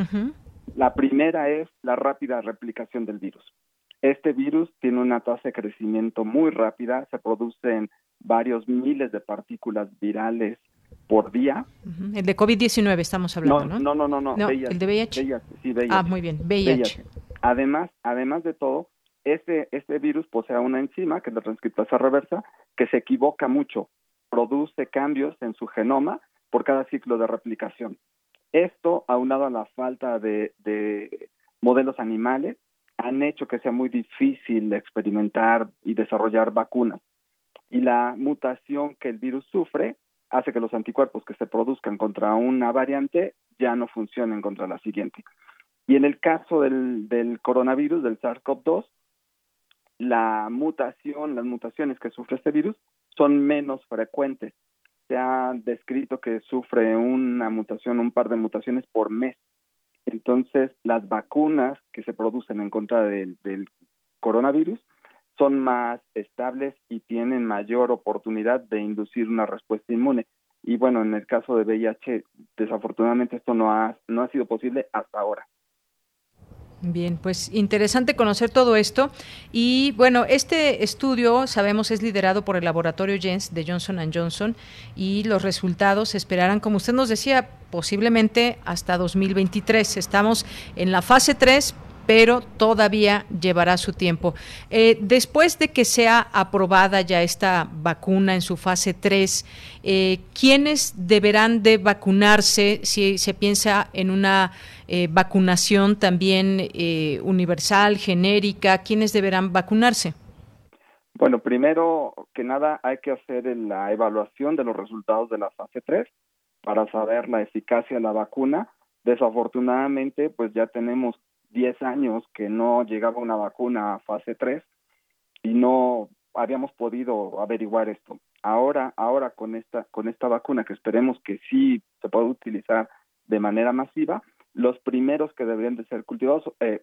la primera es la rápida replicación del virus. Este virus tiene una tasa de crecimiento muy rápida, se producen varios miles de partículas virales por día. El de COVID-19 estamos hablando, ¿no? No, VIH, el de VIH. Sí, VIH. Ah, muy bien, VIH. Además de todo, este virus posee una enzima, que es la transcriptasa reversa, que se equivoca mucho, produce cambios en su genoma por cada ciclo de replicación. Esto, aunado a la falta de modelos animales, han hecho que sea muy difícil experimentar y desarrollar vacunas. Y la mutación que el virus sufre hace que los anticuerpos que se produzcan contra una variante ya no funcionen contra la siguiente. Y en el caso del coronavirus, del SARS-CoV-2, las mutaciones que sufre este virus son menos frecuentes. Se ha descrito que sufre un par de mutaciones por mes. Entonces, las vacunas que se producen en contra del coronavirus son más estables y tienen mayor oportunidad de inducir una respuesta inmune. Y bueno, en el caso de VIH, desafortunadamente esto no ha sido posible hasta ahora. Bien, pues interesante conocer todo esto. Y bueno, este estudio, sabemos, es liderado por el laboratorio Jens de Johnson & Johnson, y los resultados se esperarán, como usted nos decía, posiblemente hasta 2023. Estamos en la fase 3, pero todavía llevará su tiempo. Después de que sea aprobada ya esta vacuna en su fase 3, ¿quiénes deberán de vacunarse? Si se piensa en una vacunación también universal, genérica, ¿quiénes deberán vacunarse? Bueno, primero que nada hay que hacer la evaluación de los resultados de la fase 3 para saber la eficacia de la vacuna. Desafortunadamente, pues ya tenemos 10 años que no llegaba una vacuna a fase 3 y no habíamos podido averiguar esto. Ahora con esta vacuna, que esperemos que sí se pueda utilizar de manera masiva, los primeros que deberían de ser cultivados,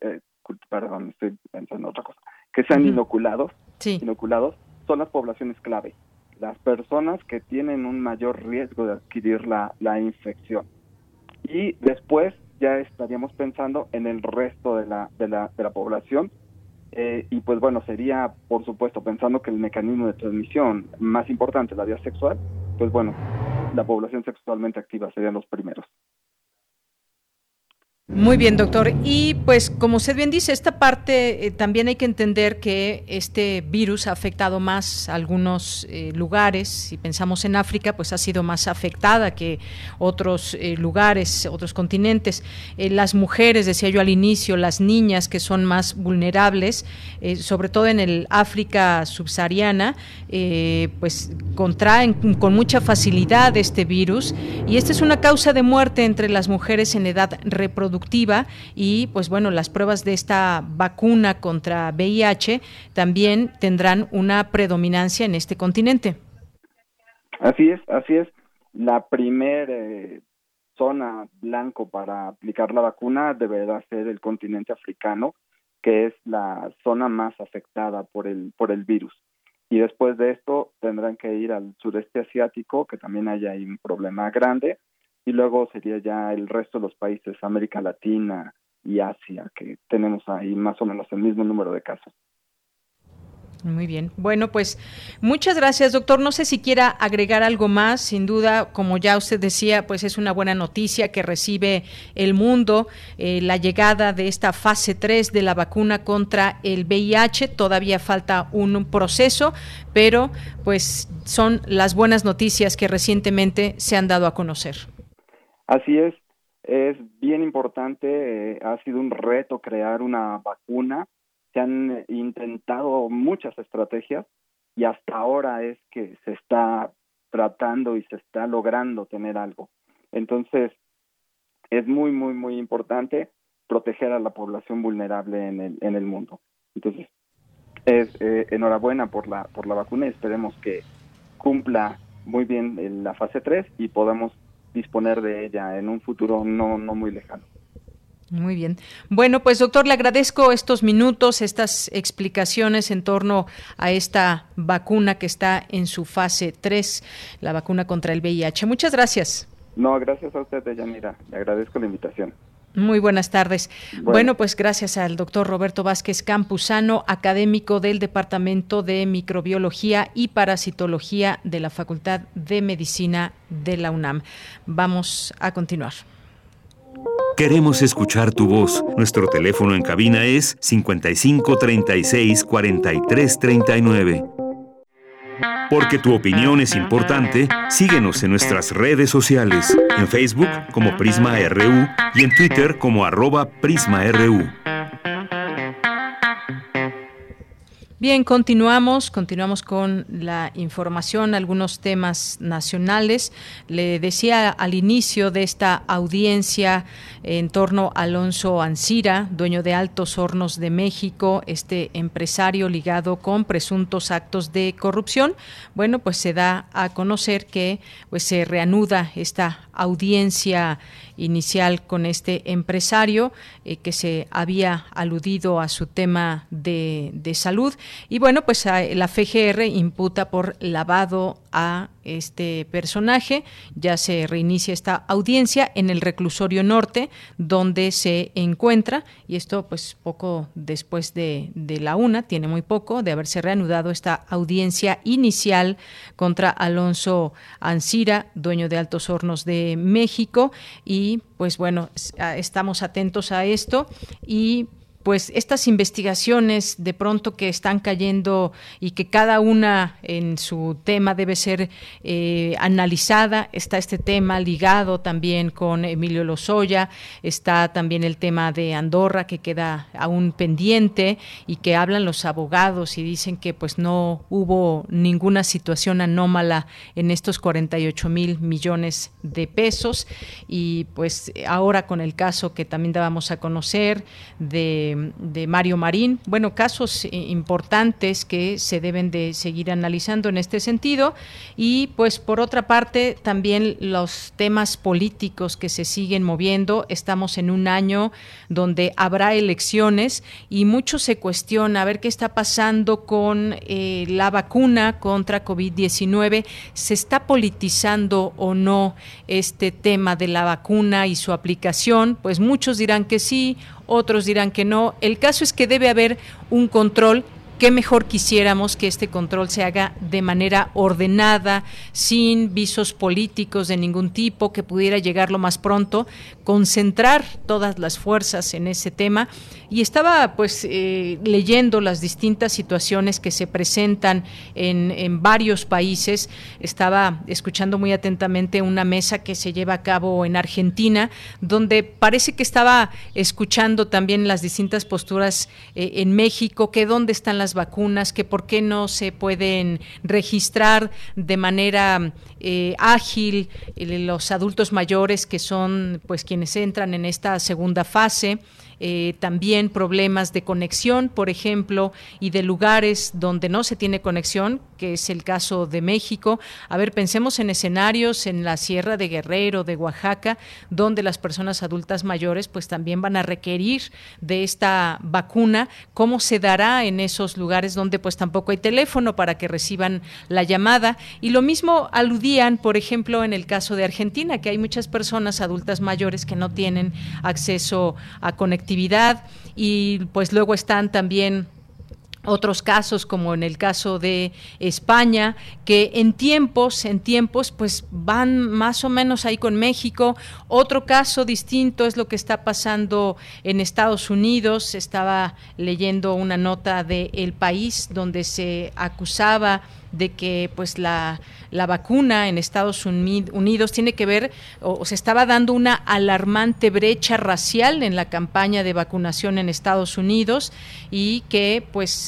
estoy pensando en otra cosa, que sean inoculados son las poblaciones clave, las personas que tienen un mayor riesgo de adquirir la infección. Y después ya estaríamos pensando en el resto de la población, y pues bueno, sería por supuesto pensando que el mecanismo de transmisión más importante, la vía sexual, pues bueno, la población sexualmente activa serían los primeros. Muy bien, doctor. Y pues como usted bien dice, esta parte también hay que entender que este virus ha afectado más a algunos lugares. Si pensamos en África, pues ha sido más afectada que otros lugares, otros continentes. Las mujeres, decía yo al inicio, las niñas que son más vulnerables, sobre todo en el África subsahariana, pues contraen con mucha facilidad este virus, y esta es una causa de muerte entre las mujeres en edad reproductiva. Y pues bueno, las pruebas de esta vacuna contra VIH también tendrán una predominancia en este continente. Así es. La primer zona blanco para aplicar la vacuna deberá ser el continente africano, que es la zona más afectada por el virus. Y después de esto tendrán que ir al sureste asiático, que también hay ahí un problema grande, y luego sería ya el resto de los países, América Latina y Asia, que tenemos ahí más o menos el mismo número de casos. Muy bien. Bueno, pues muchas gracias, doctor. No sé si quiera agregar algo más. Sin duda, como ya usted decía, pues es una buena noticia que recibe el mundo, la llegada de esta fase 3 de la vacuna contra el VIH. Todavía falta un proceso, pero pues son las buenas noticias que recientemente se han dado a conocer. Así es bien importante, ha sido un reto crear una vacuna, se han intentado muchas estrategias y hasta ahora es que se está tratando y se está logrando tener algo. Entonces, es muy, muy, muy importante proteger a la población vulnerable en el mundo. Entonces, enhorabuena por la vacuna y esperemos que cumpla muy bien la fase 3 y podamos disponer de ella en un futuro no muy lejano. Muy bien. Bueno, pues doctor, le agradezco estos minutos, estas explicaciones en torno a esta vacuna que está en su fase 3, la vacuna contra el VIH. Muchas gracias. No, gracias a usted, Deyanira. Le agradezco la invitación. Muy buenas tardes. Bueno, pues gracias al doctor Roberto Vázquez Campuzano, académico del Departamento de Microbiología y Parasitología de la Facultad de Medicina de la UNAM. Vamos a continuar. Queremos escuchar tu voz. Nuestro teléfono en cabina es 55 36 43 39. Porque tu opinión es importante, síguenos en nuestras redes sociales, en Facebook como Prisma RU y en Twitter como @PrismaRU. Bien, continuamos con la información, algunos temas nacionales. Le decía al inicio de esta audiencia en torno a Alonso Ancira, dueño de Altos Hornos de México, este empresario ligado con presuntos actos de corrupción. Bueno, pues se da a conocer que pues se reanuda esta audiencia inicial con este empresario que se había aludido a su tema de salud. Y bueno, pues la FGR imputa por lavado a este personaje. Ya se reinicia esta audiencia en el reclusorio norte, donde se encuentra, y esto pues poco después de la una, tiene muy poco de haberse reanudado esta audiencia inicial contra Alonso Ancira, dueño de Altos Hornos de México. Y pues bueno, estamos atentos a esto y pues estas investigaciones de pronto que están cayendo y que cada una en su tema debe ser analizada. Está este tema ligado también con Emilio Lozoya, está también el tema de Andorra que queda aún pendiente y que hablan los abogados y dicen que pues no hubo ninguna situación anómala en estos 48,000 millones de pesos. Y pues ahora con el caso que también dábamos a conocer de Mario Marín, bueno, casos importantes que se deben de seguir analizando en este sentido. Y pues por otra parte también los temas políticos que se siguen moviendo. Estamos en un año donde habrá elecciones y mucho se cuestiona a ver qué está pasando con la vacuna contra COVID-19. ¿Se está politizando o no este tema de la vacuna y su aplicación? Pues muchos dirán que sí, otros dirán que no. El caso es que debe haber un control qué mejor quisiéramos que este control se haga de manera ordenada, sin visos políticos de ningún tipo, que pudiera llegar lo más pronto, concentrar todas las fuerzas en ese tema. Y estaba leyendo las distintas situaciones que se presentan en varios países. Estaba escuchando muy atentamente una mesa que se lleva a cabo en Argentina, donde parece que estaba escuchando también las distintas posturas en México, que dónde están las vacunas, que por qué no se pueden registrar de manera ágil los adultos mayores, que son pues quienes entran en esta segunda fase. También problemas de conexión, por ejemplo, y de lugares donde no se tiene conexión, que es el caso de México. A ver, pensemos en escenarios en la Sierra de Guerrero, de Oaxaca, donde las personas adultas mayores pues también van a requerir de esta vacuna. ¿Cómo se dará en esos lugares donde pues tampoco hay teléfono para que reciban la llamada? Y lo mismo aludían, por ejemplo, en el caso de Argentina, que hay muchas personas adultas mayores que no tienen acceso a conectividad, y pues luego están también otros casos, como en el caso de España, que en tiempos pues van más o menos ahí con México. Otro caso distinto es lo que está pasando en Estados Unidos. Estaba leyendo una nota de El País donde se acusaba de que pues la vacuna en Estados Unidos tiene que ver, o se estaba dando una alarmante brecha racial en la campaña de vacunación en Estados Unidos, y que pues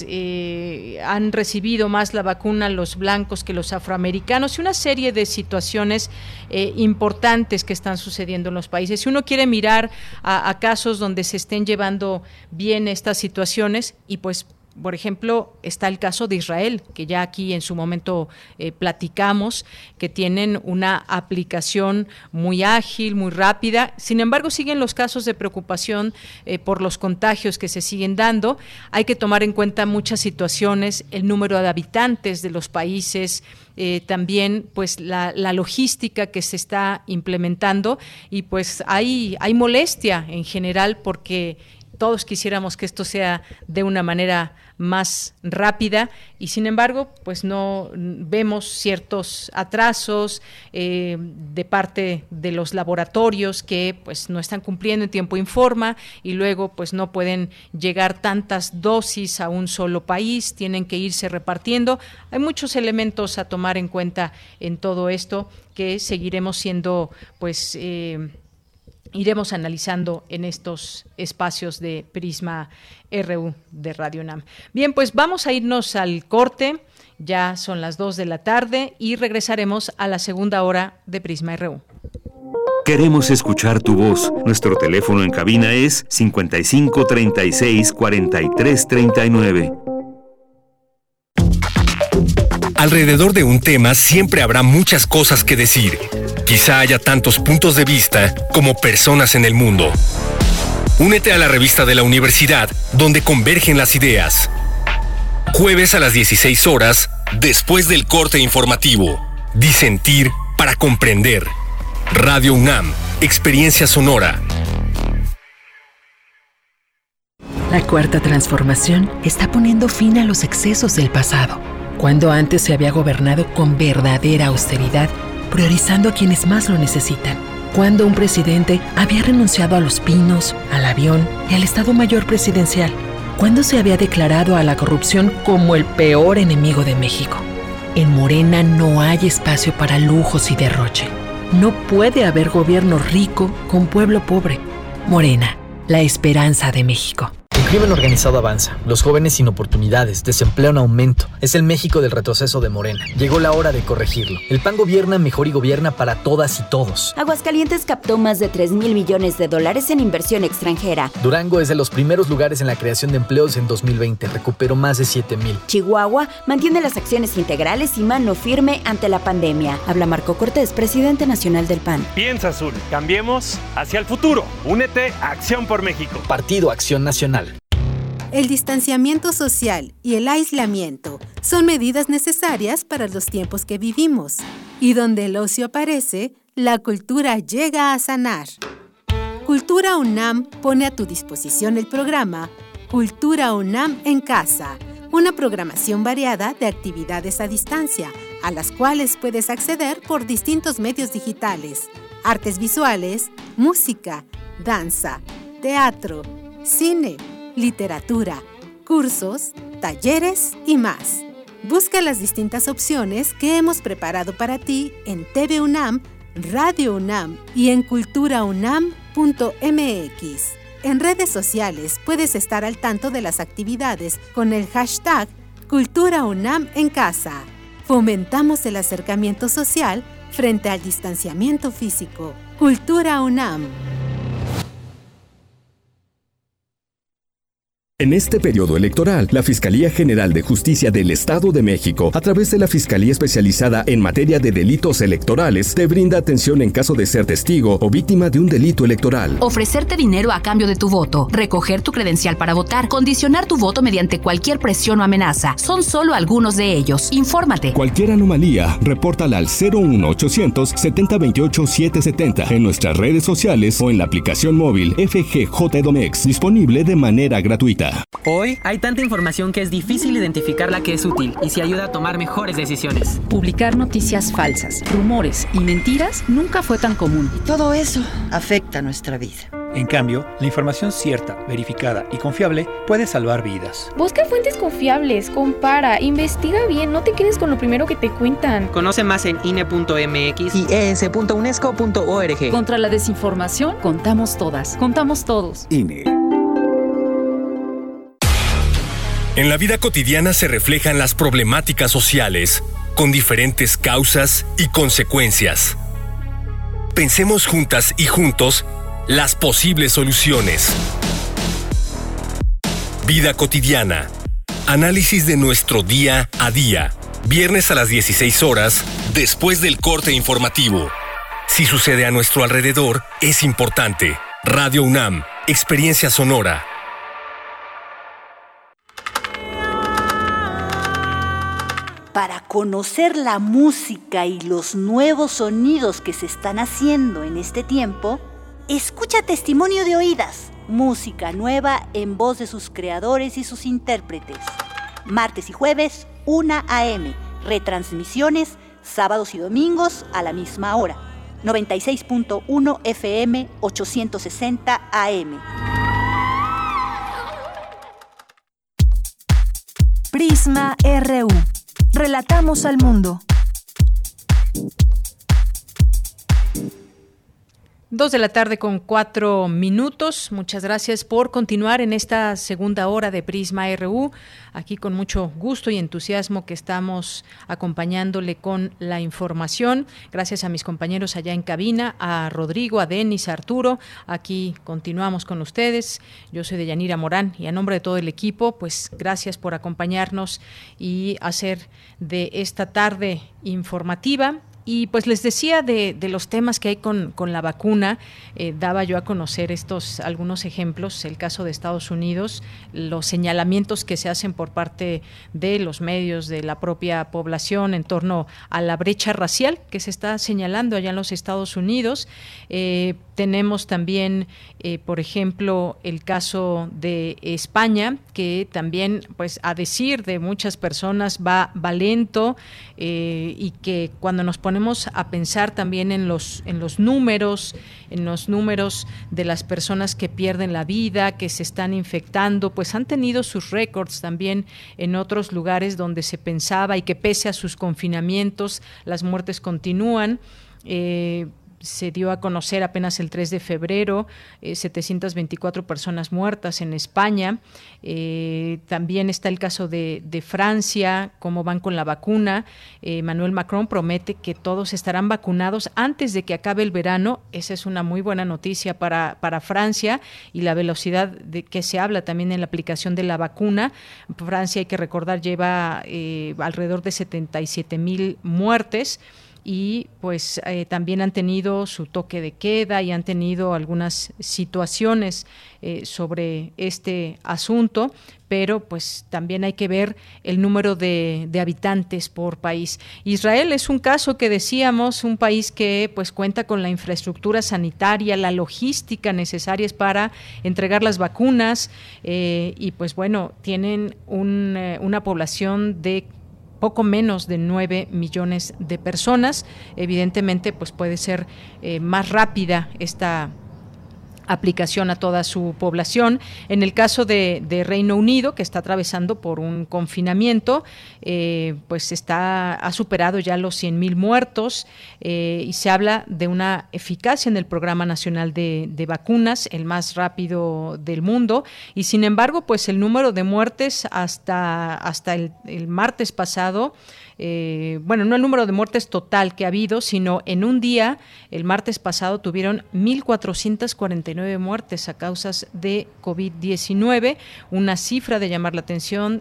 han recibido más la vacuna los blancos que los afroamericanos, y una serie de situaciones importantes que están sucediendo en los países. Si uno quiere mirar a casos donde se estén llevando bien estas situaciones, y pues por ejemplo, está el caso de Israel, que ya aquí en su momento platicamos, que tienen una aplicación muy ágil, muy rápida. Sin embargo, siguen los casos de preocupación por los contagios que se siguen dando. Hay que tomar en cuenta muchas situaciones, el número de habitantes de los países, también pues la logística que se está implementando, y pues hay molestia en general, porque todos quisiéramos que esto sea de una manera más rápida, y sin embargo pues no vemos ciertos atrasos de parte de los laboratorios, que pues no están cumpliendo en tiempo y forma, y luego pues no pueden llegar tantas dosis a un solo país, tienen que irse repartiendo. Hay muchos elementos a tomar en cuenta en todo esto, que seguiremos siendo pues iremos analizando en estos espacios de Prisma RU de Radio UNAM. Bien, pues vamos a irnos al corte, ya son las 2 de la tarde y regresaremos a la segunda hora de Prisma RU. Queremos escuchar tu voz. Nuestro teléfono en cabina es 55 36 43 39. Alrededor de un tema siempre habrá muchas cosas que decir. Quizá haya tantos puntos de vista como personas en el mundo. Únete a la revista de la universidad, donde convergen las ideas. Jueves a las 16 horas, después del corte informativo. Disentir para comprender. Radio UNAM, experiencia sonora. La Cuarta Transformación está poniendo fin a los excesos del pasado. Cuando antes se había gobernado con verdadera austeridad, priorizando a quienes más lo necesitan. Cuando un presidente había renunciado a los pinos, al avión y al Estado Mayor Presidencial. Cuando se había declarado a la corrupción como el peor enemigo de México. En Morena no hay espacio para lujos y derroche. No puede haber gobierno rico con pueblo pobre. Morena, la esperanza de México. El crimen organizado avanza, los jóvenes sin oportunidades, desempleo en aumento. Es el México del retroceso de Morena. Llegó la hora de corregirlo. El PAN gobierna mejor y gobierna para todas y todos. Aguascalientes captó más de 3,000 millones de dólares en inversión extranjera. Durango es de los primeros lugares en la creación de empleos en 2020. Recuperó más de 7,000. Chihuahua mantiene las acciones integrales y mano firme ante la pandemia. Habla Marco Cortés, presidente nacional del PAN. Piensa azul. Cambiemos hacia el futuro. Únete a Acción por México. Partido Acción Nacional. El distanciamiento social y el aislamiento son medidas necesarias para los tiempos que vivimos. Y donde el ocio aparece, la cultura llega a sanar. Cultura UNAM pone a tu disposición el programa Cultura UNAM en Casa, una programación variada de actividades a distancia, a las cuales puedes acceder por distintos medios digitales, artes visuales, música, danza, teatro, cine, literatura, cursos, talleres y más. Busca las distintas opciones que hemos preparado para ti en TV UNAM, Radio UNAM y en culturaunam.mx. En redes sociales puedes estar al tanto de las actividades con el hashtag Cultura UNAM en Casa. Fomentamos el acercamiento social frente al distanciamiento físico. Cultura UNAM. En este periodo electoral, la Fiscalía General de Justicia del Estado de México, a través de la Fiscalía Especializada en Materia de Delitos Electorales, te brinda atención en caso de ser testigo o víctima de un delito electoral. Ofrecerte dinero a cambio de tu voto, recoger tu credencial para votar, condicionar tu voto mediante cualquier presión o amenaza. Son solo algunos de ellos. Infórmate. Cualquier anomalía, repórtala al 01800 7028 770 en nuestras redes sociales o en la aplicación móvil FGJ Edomex, disponible de manera gratuita. Hoy hay tanta información que es difícil identificar la que es útil y se ayuda a tomar mejores decisiones. Publicar noticias falsas, rumores y mentiras nunca fue tan común. Y todo eso afecta nuestra vida. En cambio, la información cierta, verificada y confiable puede salvar vidas. Busca fuentes confiables, compara, investiga bien, no te quedes con lo primero que te cuentan. Conoce más en INE.mx y es.unesco.org. Contra la desinformación, contamos todas, contamos todos. INE. En la vida cotidiana se reflejan las problemáticas sociales, con diferentes causas y consecuencias. Pensemos juntas y juntos las posibles soluciones. Vida cotidiana. Análisis de nuestro día a día. Viernes a las 16 horas, después del corte informativo. Si sucede a nuestro alrededor, es importante. Radio UNAM, Experiencia Sonora. Para conocer la música y los nuevos sonidos que se están haciendo en este tiempo, escucha Testimonio de Oídas, música nueva en voz de sus creadores y sus intérpretes. Martes y jueves, 1 a.m. Retransmisiones, sábados y domingos a la misma hora. 96.1 FM, 860 AM. Prisma RU. Relatamos al mundo. 2:04 p.m. Muchas gracias por continuar en esta segunda hora de Prisma RU. Aquí con mucho gusto y entusiasmo que estamos acompañándole con la información. Gracias a mis compañeros allá en cabina, a Rodrigo, a Denis, a Arturo. Aquí continuamos con ustedes. Yo soy Deyanira Morán y a nombre de todo el equipo, pues gracias por acompañarnos y hacer de esta tarde informativa. Y pues les decía de los temas que hay con la vacuna, daba yo a conocer algunos ejemplos, el caso de Estados Unidos, los señalamientos que se hacen por parte de los medios, de la propia población en torno a la brecha racial que se está señalando allá en los Estados Unidos. Tenemos también, por ejemplo, el caso de España, que también, pues a decir de muchas personas, va lento y que cuando nos ponemos a pensar también en los números de las personas que pierden la vida, que se están infectando, pues han tenido sus récords también en otros lugares donde se pensaba y que pese a sus confinamientos las muertes continúan. Se dio a conocer apenas el 3 de febrero 724 personas muertas en España. También está el caso de Francia, cómo van con la vacuna. Emmanuel Macron promete que todos estarán vacunados antes de que acabe el verano. Esa es una muy buena noticia para Francia y la velocidad de que se habla también en la aplicación de la vacuna. Francia, hay que recordar, lleva alrededor de 77,000 muertes. y pues también han tenido su toque de queda y han tenido algunas situaciones sobre este asunto, pero pues también hay que ver el número de habitantes por país. Israel es un caso que decíamos, un país que pues cuenta con la infraestructura sanitaria, la logística necesarias para entregar las vacunas y pues bueno, tienen una población de poco menos de 9 millones de personas. Evidentemente pues puede ser más rápida esta aplicación a toda su población. En el caso de Reino Unido, que está atravesando por un confinamiento, pues ha superado ya los 100,000 muertos y se habla de una eficacia en el Programa Nacional de Vacunas, el más rápido del mundo, y sin embargo, pues el número de muertes hasta el martes pasado, no el número de muertes total que ha habido, sino en un día, el martes pasado, tuvieron 1,449 muertes a causas de COVID-19, una cifra de llamar la atención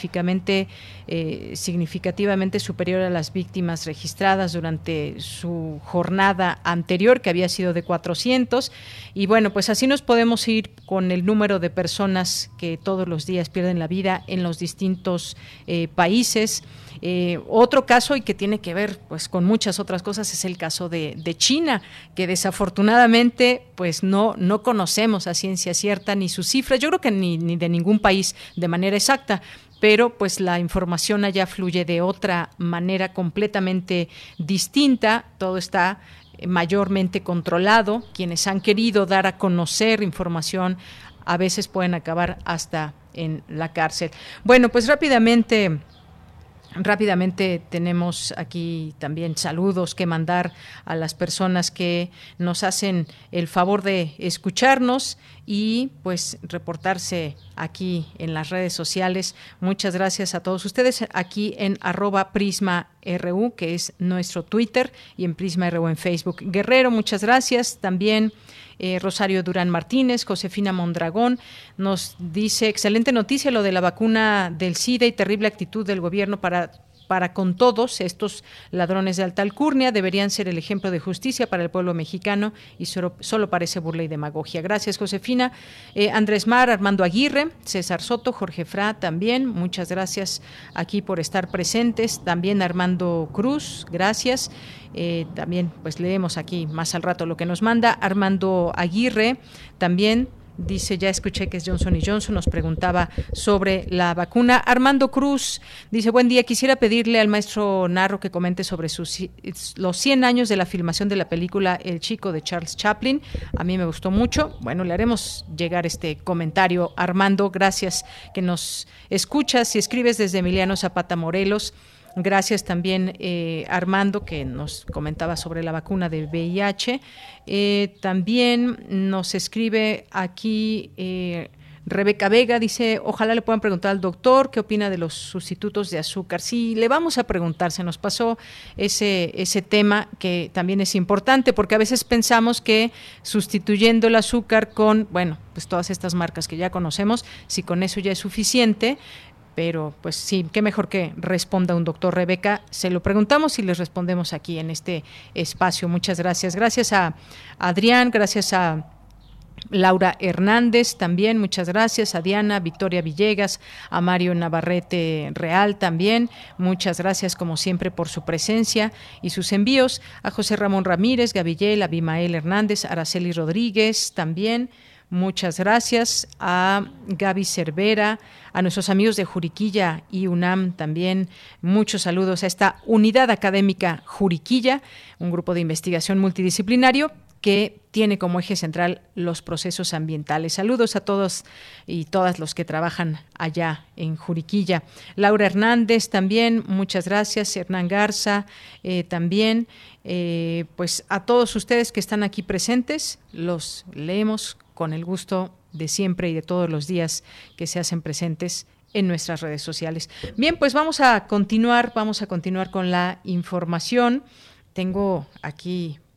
significativamente superior a las víctimas registradas durante su jornada anterior, que había sido de 400. Y bueno, pues así nos podemos ir con el número de personas que todos los días pierden la vida en los distintos países. Otro caso, y que tiene que ver pues con muchas otras cosas, es el caso de China, que desafortunadamente pues no conocemos a ciencia cierta ni sus cifras, yo creo que ni de ningún país de manera exacta, pero pues la información allá fluye de otra manera completamente distinta, todo está mayormente controlado, quienes han querido dar a conocer información a veces pueden acabar hasta en la cárcel. Bueno, pues rápidamente tenemos aquí también saludos que mandar a las personas que nos hacen el favor de escucharnos y pues reportarse aquí en las redes sociales. Muchas gracias a todos ustedes aquí en @PrismaRU, que es nuestro Twitter, y en PrismaRU en Facebook. Guerrero, muchas gracias. También Rosario Durán Martínez, Josefina Mondragón nos dice: excelente noticia lo de la vacuna del SIDA y terrible actitud del gobierno para con todos estos ladrones de alta alcurnia, deberían ser el ejemplo de justicia para el pueblo mexicano y solo parece burla y demagogia. Gracias, Josefina. Andrés Mar, Armando Aguirre, César Soto, Jorge Fra también, muchas gracias aquí por estar presentes. También Armando Cruz, gracias. También pues leemos aquí más al rato lo que nos manda. Armando Aguirre también dice: ya escuché que es Johnson & Johnson, nos preguntaba sobre la vacuna. Armando Cruz dice: buen día, quisiera pedirle al maestro Narro que comente sobre los 100 años de la filmación de la película El Chico de Charles Chaplin. A mí me gustó mucho. Bueno, le haremos llegar este comentario, Armando. Gracias que nos escuchas y escribes desde Emiliano Zapata, Morelos. Gracias también, Armando, que nos comentaba sobre la vacuna del VIH. También nos escribe aquí Rebeca Vega, dice: ojalá le puedan preguntar al doctor qué opina de los sustitutos de azúcar. Sí, le vamos a preguntar, se nos pasó ese tema, que también es importante, porque a veces pensamos que sustituyendo el azúcar con, pues todas estas marcas que ya conocemos, si con eso ya es suficiente. Pero pues sí, qué mejor que responda un doctor. Rebeca, se lo preguntamos y les respondemos aquí en este espacio. Muchas gracias. Gracias a Adrián, gracias a Laura Hernández también, muchas gracias. A Diana, Victoria Villegas, a Mario Navarrete Real también, muchas gracias como siempre por su presencia y sus envíos. A José Ramón Ramírez, Gabriel, Abimael Hernández, Araceli Rodríguez también. Muchas gracias. A Gaby Cervera, a nuestros amigos de Juriquilla y UNAM también, muchos saludos a esta unidad académica Juriquilla, un grupo de investigación multidisciplinario que tiene como eje central los procesos ambientales. Saludos a todos y todas los que trabajan allá en Juriquilla. Laura Hernández también, muchas gracias. Hernán Garza también. Pues a todos ustedes que están aquí presentes, los leemos con el gusto de siempre y de todos los días que se hacen presentes en nuestras redes sociales. Bien, pues vamos a continuar con la información. Tengo aquí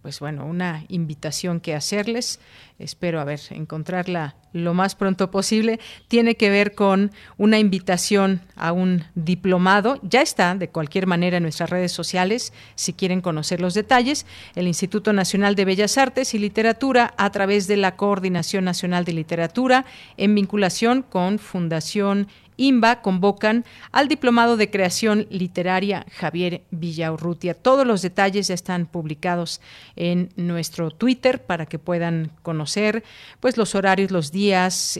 pues bueno, una invitación que hacerles. Espero encontrarla lo más pronto posible. Tiene que ver con una invitación a un diplomado. Ya está, de cualquier manera, en nuestras redes sociales, si quieren conocer los detalles. El Instituto Nacional de Bellas Artes y Literatura, a través de la Coordinación Nacional de Literatura, en vinculación con Fundación INBA, convocan al Diplomado de Creación Literaria Javier Villaurrutia. Todos los detalles ya están publicados en nuestro Twitter para que puedan conocer pues los horarios, los días,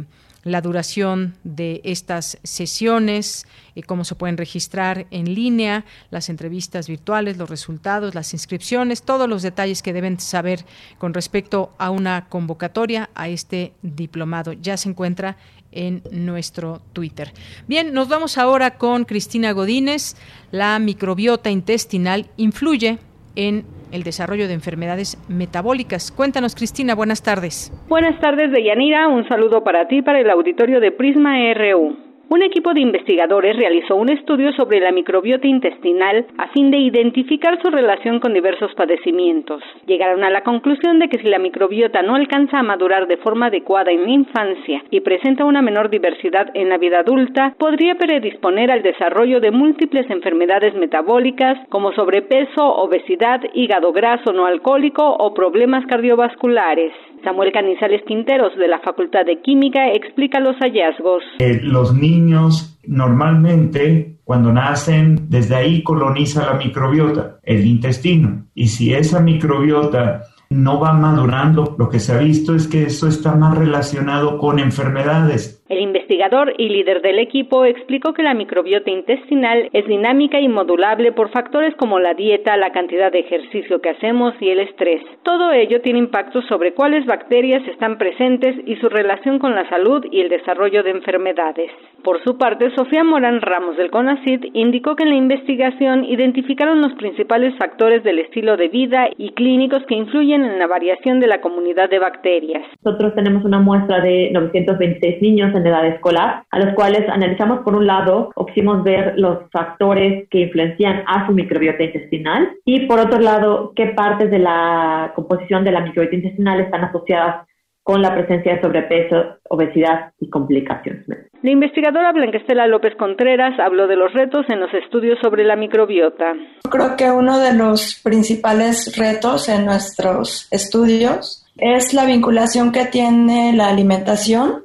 la duración de estas sesiones, cómo se pueden registrar en línea, las entrevistas virtuales, los resultados, las inscripciones, todos los detalles que deben saber con respecto a una convocatoria a este diplomado. Ya se encuentra en nuestro Twitter. Bien, nos vamos ahora con Cristina Godínez. La microbiota intestinal influye en el desarrollo de enfermedades metabólicas. Cuéntanos, Cristina, buenas tardes. Buenas tardes, Deyanira. Un saludo para ti, para el auditorio de Prisma RU. Un equipo de investigadores realizó un estudio sobre la microbiota intestinal a fin de identificar su relación con diversos padecimientos. Llegaron a la conclusión de que si la microbiota no alcanza a madurar de forma adecuada en la infancia y presenta una menor diversidad en la vida adulta, podría predisponer al desarrollo de múltiples enfermedades metabólicas como sobrepeso, obesidad, hígado graso no alcohólico o problemas cardiovasculares. Samuel Canizales Quinteros, de la Facultad de Química, explica los hallazgos. Los niños normalmente, cuando nacen, desde ahí coloniza la microbiota, el intestino. Y si esa microbiota no va madurando, lo que se ha visto es que eso está más relacionado con enfermedades. El investigador y líder del equipo explicó que la microbiota intestinal es dinámica y modulable por factores como la dieta, la cantidad de ejercicio que hacemos y el estrés. Todo ello tiene impacto sobre cuáles bacterias están presentes y su relación con la salud y el desarrollo de enfermedades. Por su parte, Sofía Morán Ramos del CONACYT indicó que en la investigación identificaron los principales factores del estilo de vida y clínicos que influyen en la variación de la comunidad de bacterias. Nosotros tenemos una muestra de 926 niños en edad escolar, a los cuales analizamos por un lado, quisimos ver los factores que influencian a su microbiota intestinal y por otro lado, qué partes de la composición de la microbiota intestinal están asociadas con la presencia de sobrepeso, obesidad y complicaciones. La investigadora Blanca Estela López Contreras habló de los retos en los estudios sobre la microbiota. Creo que uno de los principales retos en nuestros estudios es la vinculación que tiene la alimentación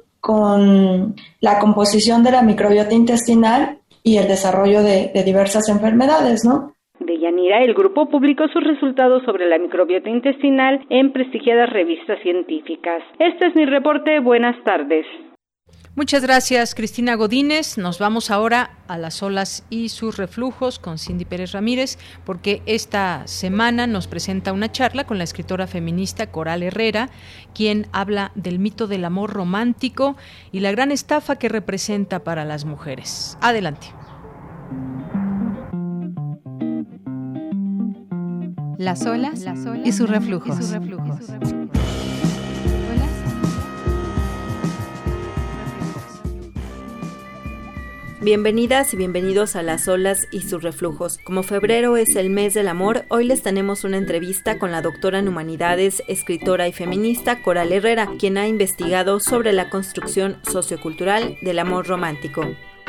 con la composición de la microbiota intestinal y el desarrollo de diversas enfermedades, ¿no? Deyanira, el grupo publicó sus resultados sobre la microbiota intestinal en prestigiadas revistas científicas. Este es mi reporte. Buenas tardes. Muchas gracias, Cristina Godínez. Nos vamos ahora a las olas y sus reflujos con Cindy Pérez Ramírez, porque esta semana nos presenta una charla con la escritora feminista Coral Herrera, quien habla del mito del amor romántico y la gran estafa que representa para las mujeres. Adelante. Las olas y sus reflujos. Bienvenidas y bienvenidos a Las olas y sus reflujos. Como febrero es el mes del amor, hoy les tenemos una entrevista con la doctora en humanidades, escritora y feminista Coral Herrera, quien ha investigado sobre la construcción sociocultural del amor romántico.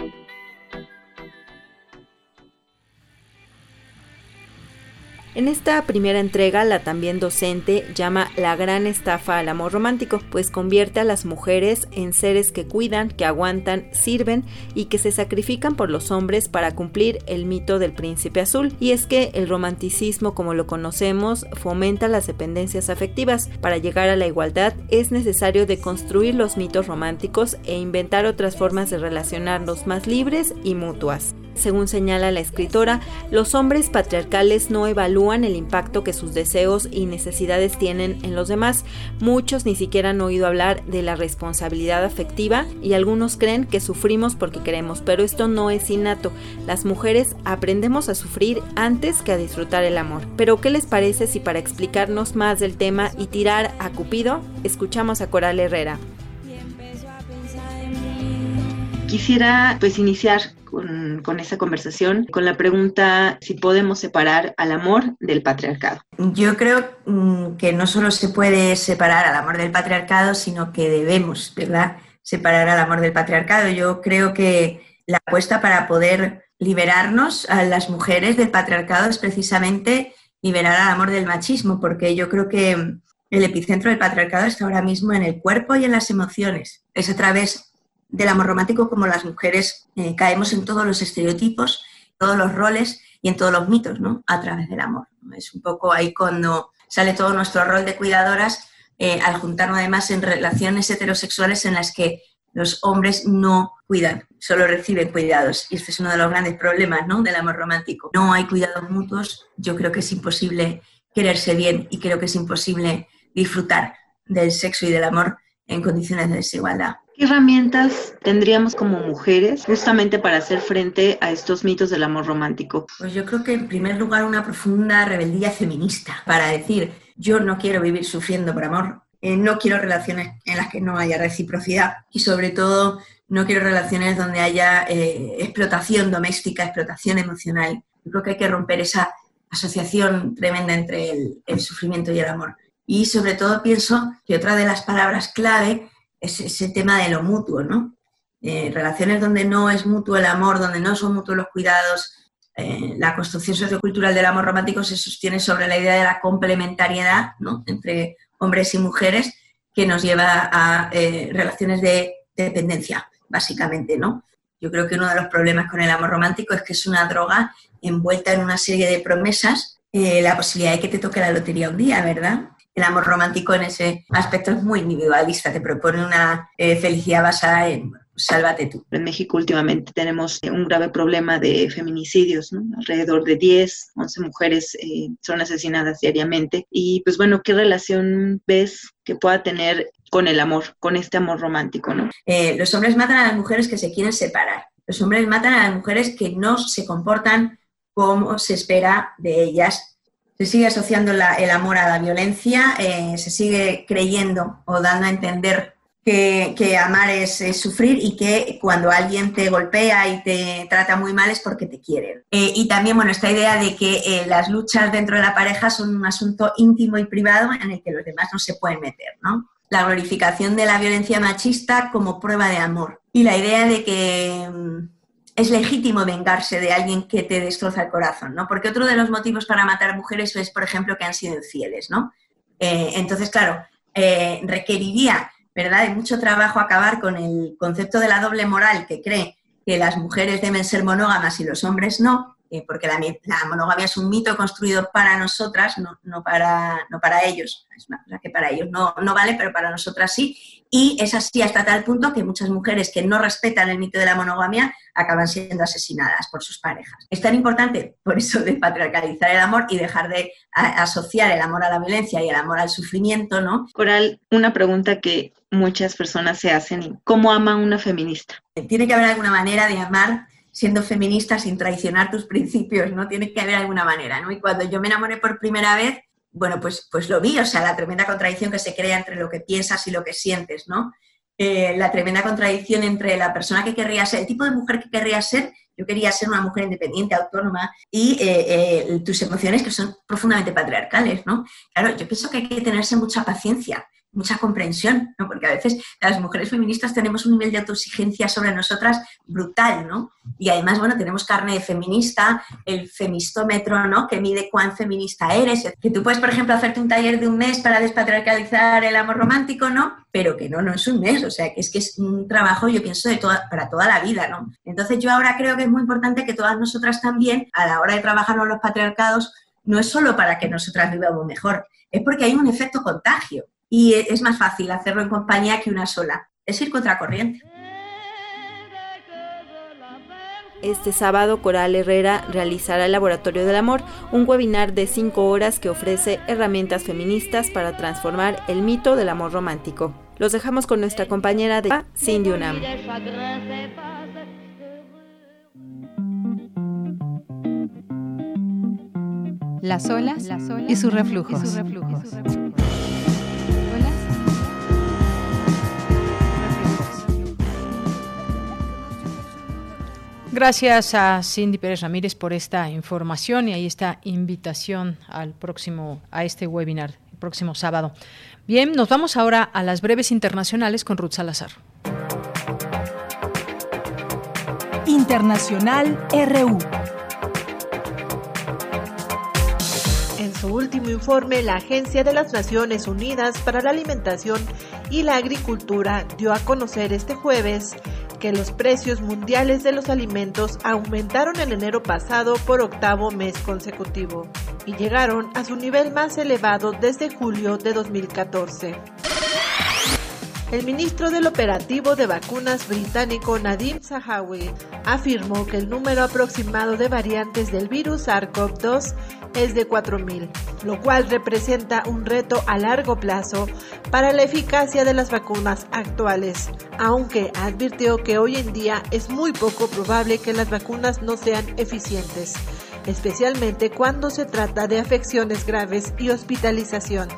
En esta primera entrega, la también docente llama la gran estafa al amor romántico, pues convierte a las mujeres en seres que cuidan, que aguantan, sirven y que se sacrifican por los hombres para cumplir el mito del príncipe azul. Y es que el romanticismo, como lo conocemos, fomenta las dependencias afectivas. Para llegar a la igualdad es necesario deconstruir los mitos románticos e inventar otras formas de relacionarnos más libres y mutuas. Según señala la escritora, los hombres patriarcales no evalúan el impacto que sus deseos y necesidades tienen en los demás. Muchos ni siquiera han oído hablar de la responsabilidad afectiva y algunos creen que sufrimos porque queremos, pero esto no es innato. Las mujeres aprendemos a sufrir antes que a disfrutar el amor. Pero ¿qué les parece si para explicarnos más del tema y tirar a Cupido, escuchamos a Coral Herrera? Quisiera iniciar con esta conversación con la pregunta si podemos separar al amor del patriarcado. Yo creo que no solo se puede separar al amor del patriarcado, sino que debemos, ¿verdad?, separar al amor del patriarcado. Yo creo que la apuesta para poder liberarnos a las mujeres del patriarcado es precisamente liberar al amor del machismo, porque yo creo que el epicentro del patriarcado está ahora mismo en el cuerpo y en las emociones. Es a través del amor romántico como las mujeres caemos en todos los estereotipos, todos los roles y en todos los mitos, ¿no?, a través del amor. Es un poco ahí cuando sale todo nuestro rol de cuidadoras, al juntarnos además en relaciones heterosexuales en las que los hombres no cuidan, solo reciben cuidados. Y este es uno de los grandes problemas, ¿no?, del amor romántico. No hay cuidados mutuos. Yo creo que es imposible quererse bien y creo que es imposible disfrutar del sexo y del amor en condiciones de desigualdad. ¿Qué herramientas tendríamos como mujeres justamente para hacer frente a estos mitos del amor romántico? Pues yo creo que en primer lugar una profunda rebeldía feminista para decir yo no quiero vivir sufriendo por amor, no quiero relaciones en las que no haya reciprocidad y sobre todo no quiero relaciones donde haya explotación doméstica, explotación emocional. Yo creo que hay que romper esa asociación tremenda entre el sufrimiento y el amor. Y sobre todo pienso que otra de las palabras clave es ese tema de lo mutuo, ¿no? Relaciones donde no es mutuo el amor, donde no son mutuos los cuidados. La construcción sociocultural del amor romántico se sostiene sobre la idea de la complementariedad, ¿no?, entre hombres y mujeres, que nos lleva a relaciones de dependencia, básicamente, ¿no? Yo creo que uno de los problemas con el amor romántico es que es una droga envuelta en una serie de promesas, la posibilidad de que te toque la lotería un día, ¿verdad? El amor romántico en ese aspecto es muy individualista, te propone una felicidad basada en sálvate tú. En México últimamente tenemos un grave problema de feminicidios, ¿no? Alrededor de 10, 11 mujeres son asesinadas diariamente. Y pues bueno, ¿qué relación ves que pueda tener con el amor, con este amor romántico, ¿no? Los hombres matan a las mujeres que se quieren separar. Los hombres matan a las mujeres que no se comportan como se espera de ellas. Se sigue asociando el amor a la violencia, se sigue creyendo o dando a entender que amar es sufrir y que cuando alguien te golpea y te trata muy mal es porque te quieren. Y también, bueno, esta idea de que las luchas dentro de la pareja son un asunto íntimo y privado en el que los demás no se pueden meter, ¿no? La glorificación de la violencia machista como prueba de amor. Y la idea de que es legítimo vengarse de alguien que te destroza el corazón, ¿no? Porque otro de los motivos para matar mujeres es, por ejemplo, que han sido infieles, ¿no? Entonces, claro, requeriría, ¿verdad?, de mucho trabajo acabar con el concepto de la doble moral que cree que las mujeres deben ser monógamas y los hombres no, porque la monogamia es un mito construido para nosotras, no para ellos. Es una cosa que para ellos no vale, pero para nosotras sí. Y es así hasta tal punto que muchas mujeres que no respetan el mito de la monogamia acaban siendo asesinadas por sus parejas. Es tan importante, por eso, de patriarcalizar el amor y dejar de asociar el amor a la violencia y el amor al sufrimiento, ¿no? Coral, una pregunta que muchas personas se hacen: ¿cómo ama una feminista? Tiene que haber alguna manera de amar siendo feminista sin traicionar tus principios, ¿no? Tiene que haber alguna manera, ¿no? Y cuando yo me enamoré por primera vez, bueno, pues lo vi, o sea, la tremenda contradicción que se crea entre lo que piensas y lo que sientes, ¿no? La tremenda contradicción entre la persona que querría ser, el tipo de mujer que querría ser. Yo quería ser una mujer independiente, autónoma, y tus emociones que son profundamente patriarcales, ¿no? Claro, yo pienso que hay que tenerse mucha paciencia, mucha comprensión, ¿no? Porque a veces las mujeres feministas tenemos un nivel de autoexigencia sobre nosotras brutal, ¿no? Y además, bueno, tenemos carne de feminista, el femistómetro, ¿no?, que mide cuán feminista eres. Que tú puedes, por ejemplo, hacerte un taller de un mes para despatriarcalizar el amor romántico, ¿no? Pero que no es un mes, o sea, que es un trabajo, yo pienso, para toda la vida, ¿no? Entonces yo ahora creo que es muy importante que todas nosotras también, a la hora de trabajar con los patriarcados, no es solo para que nosotras vivamos mejor, es porque hay un efecto contagio. Y es más fácil hacerlo en compañía que una sola. Es ir contracorriente. Este sábado, Coral Herrera realizará el Laboratorio del Amor, un webinar de 5 horas que ofrece herramientas feministas para transformar el mito del amor romántico. Los dejamos con nuestra compañera de Cindy Unam. Las olas y sus reflujos. Gracias a Cindy Pérez Ramírez por esta información y ahí esta invitación a este webinar el próximo sábado. Bien, nos vamos ahora a las breves internacionales con Ruth Salazar. Internacional RU. En su último informe, la Agencia de las Naciones Unidas para la Alimentación y la Agricultura dio a conocer este jueves que los precios mundiales de los alimentos aumentaron en enero pasado por octavo mes consecutivo y llegaron a su nivel más elevado desde julio de 2014. El ministro del Operativo de Vacunas británico Nadim Zahawi afirmó que el número aproximado de variantes del virus SARS-CoV-2 es de 4.000, lo cual representa un reto a largo plazo para la eficacia de las vacunas actuales, aunque advirtió que hoy en día es muy poco probable que las vacunas no sean eficientes, especialmente cuando se trata de afecciones graves y hospitalización.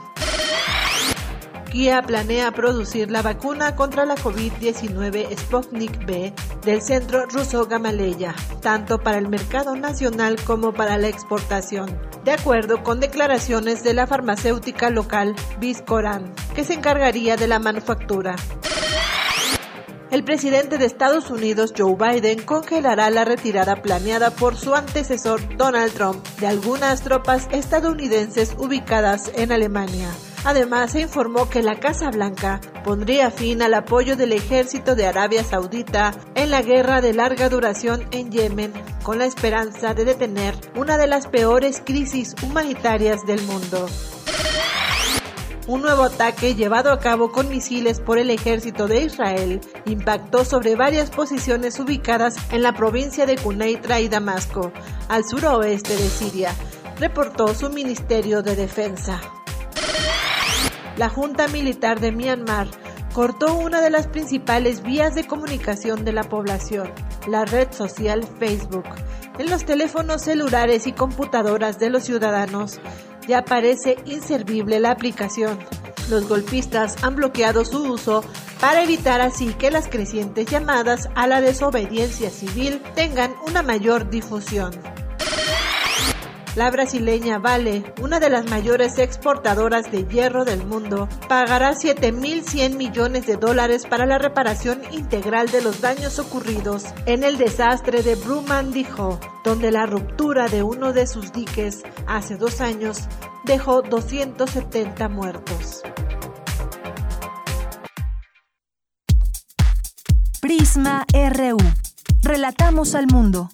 Kia planea producir la vacuna contra la COVID-19 Sputnik V del centro ruso Gamaleya, tanto para el mercado nacional como para la exportación, de acuerdo con declaraciones de la farmacéutica local Vizcoran, que se encargaría de la manufactura. El presidente de Estados Unidos, Joe Biden, congelará la retirada planeada por su antecesor, Donald Trump, de algunas tropas estadounidenses ubicadas en Alemania. Además, se informó que la Casa Blanca pondría fin al apoyo del ejército de Arabia Saudita en la guerra de larga duración en Yemen, con la esperanza de detener una de las peores crisis humanitarias del mundo. Un nuevo ataque llevado a cabo con misiles por el ejército de Israel impactó sobre varias posiciones ubicadas en la provincia de Quneitra y Damasco, al suroeste de Siria, reportó su Ministerio de Defensa. La Junta Militar de Myanmar cortó una de las principales vías de comunicación de la población, la red social Facebook. En los teléfonos celulares y computadoras de los ciudadanos ya parece inservible la aplicación. Los golpistas han bloqueado su uso para evitar así que las crecientes llamadas a la desobediencia civil tengan una mayor difusión. La brasileña Vale, una de las mayores exportadoras de hierro del mundo, pagará $7.100 millones para la reparación integral de los daños ocurridos en el desastre de Brumadinho, donde la ruptura de uno de sus diques hace 2 años dejó 270 muertos. Prisma RU. Relatamos al mundo.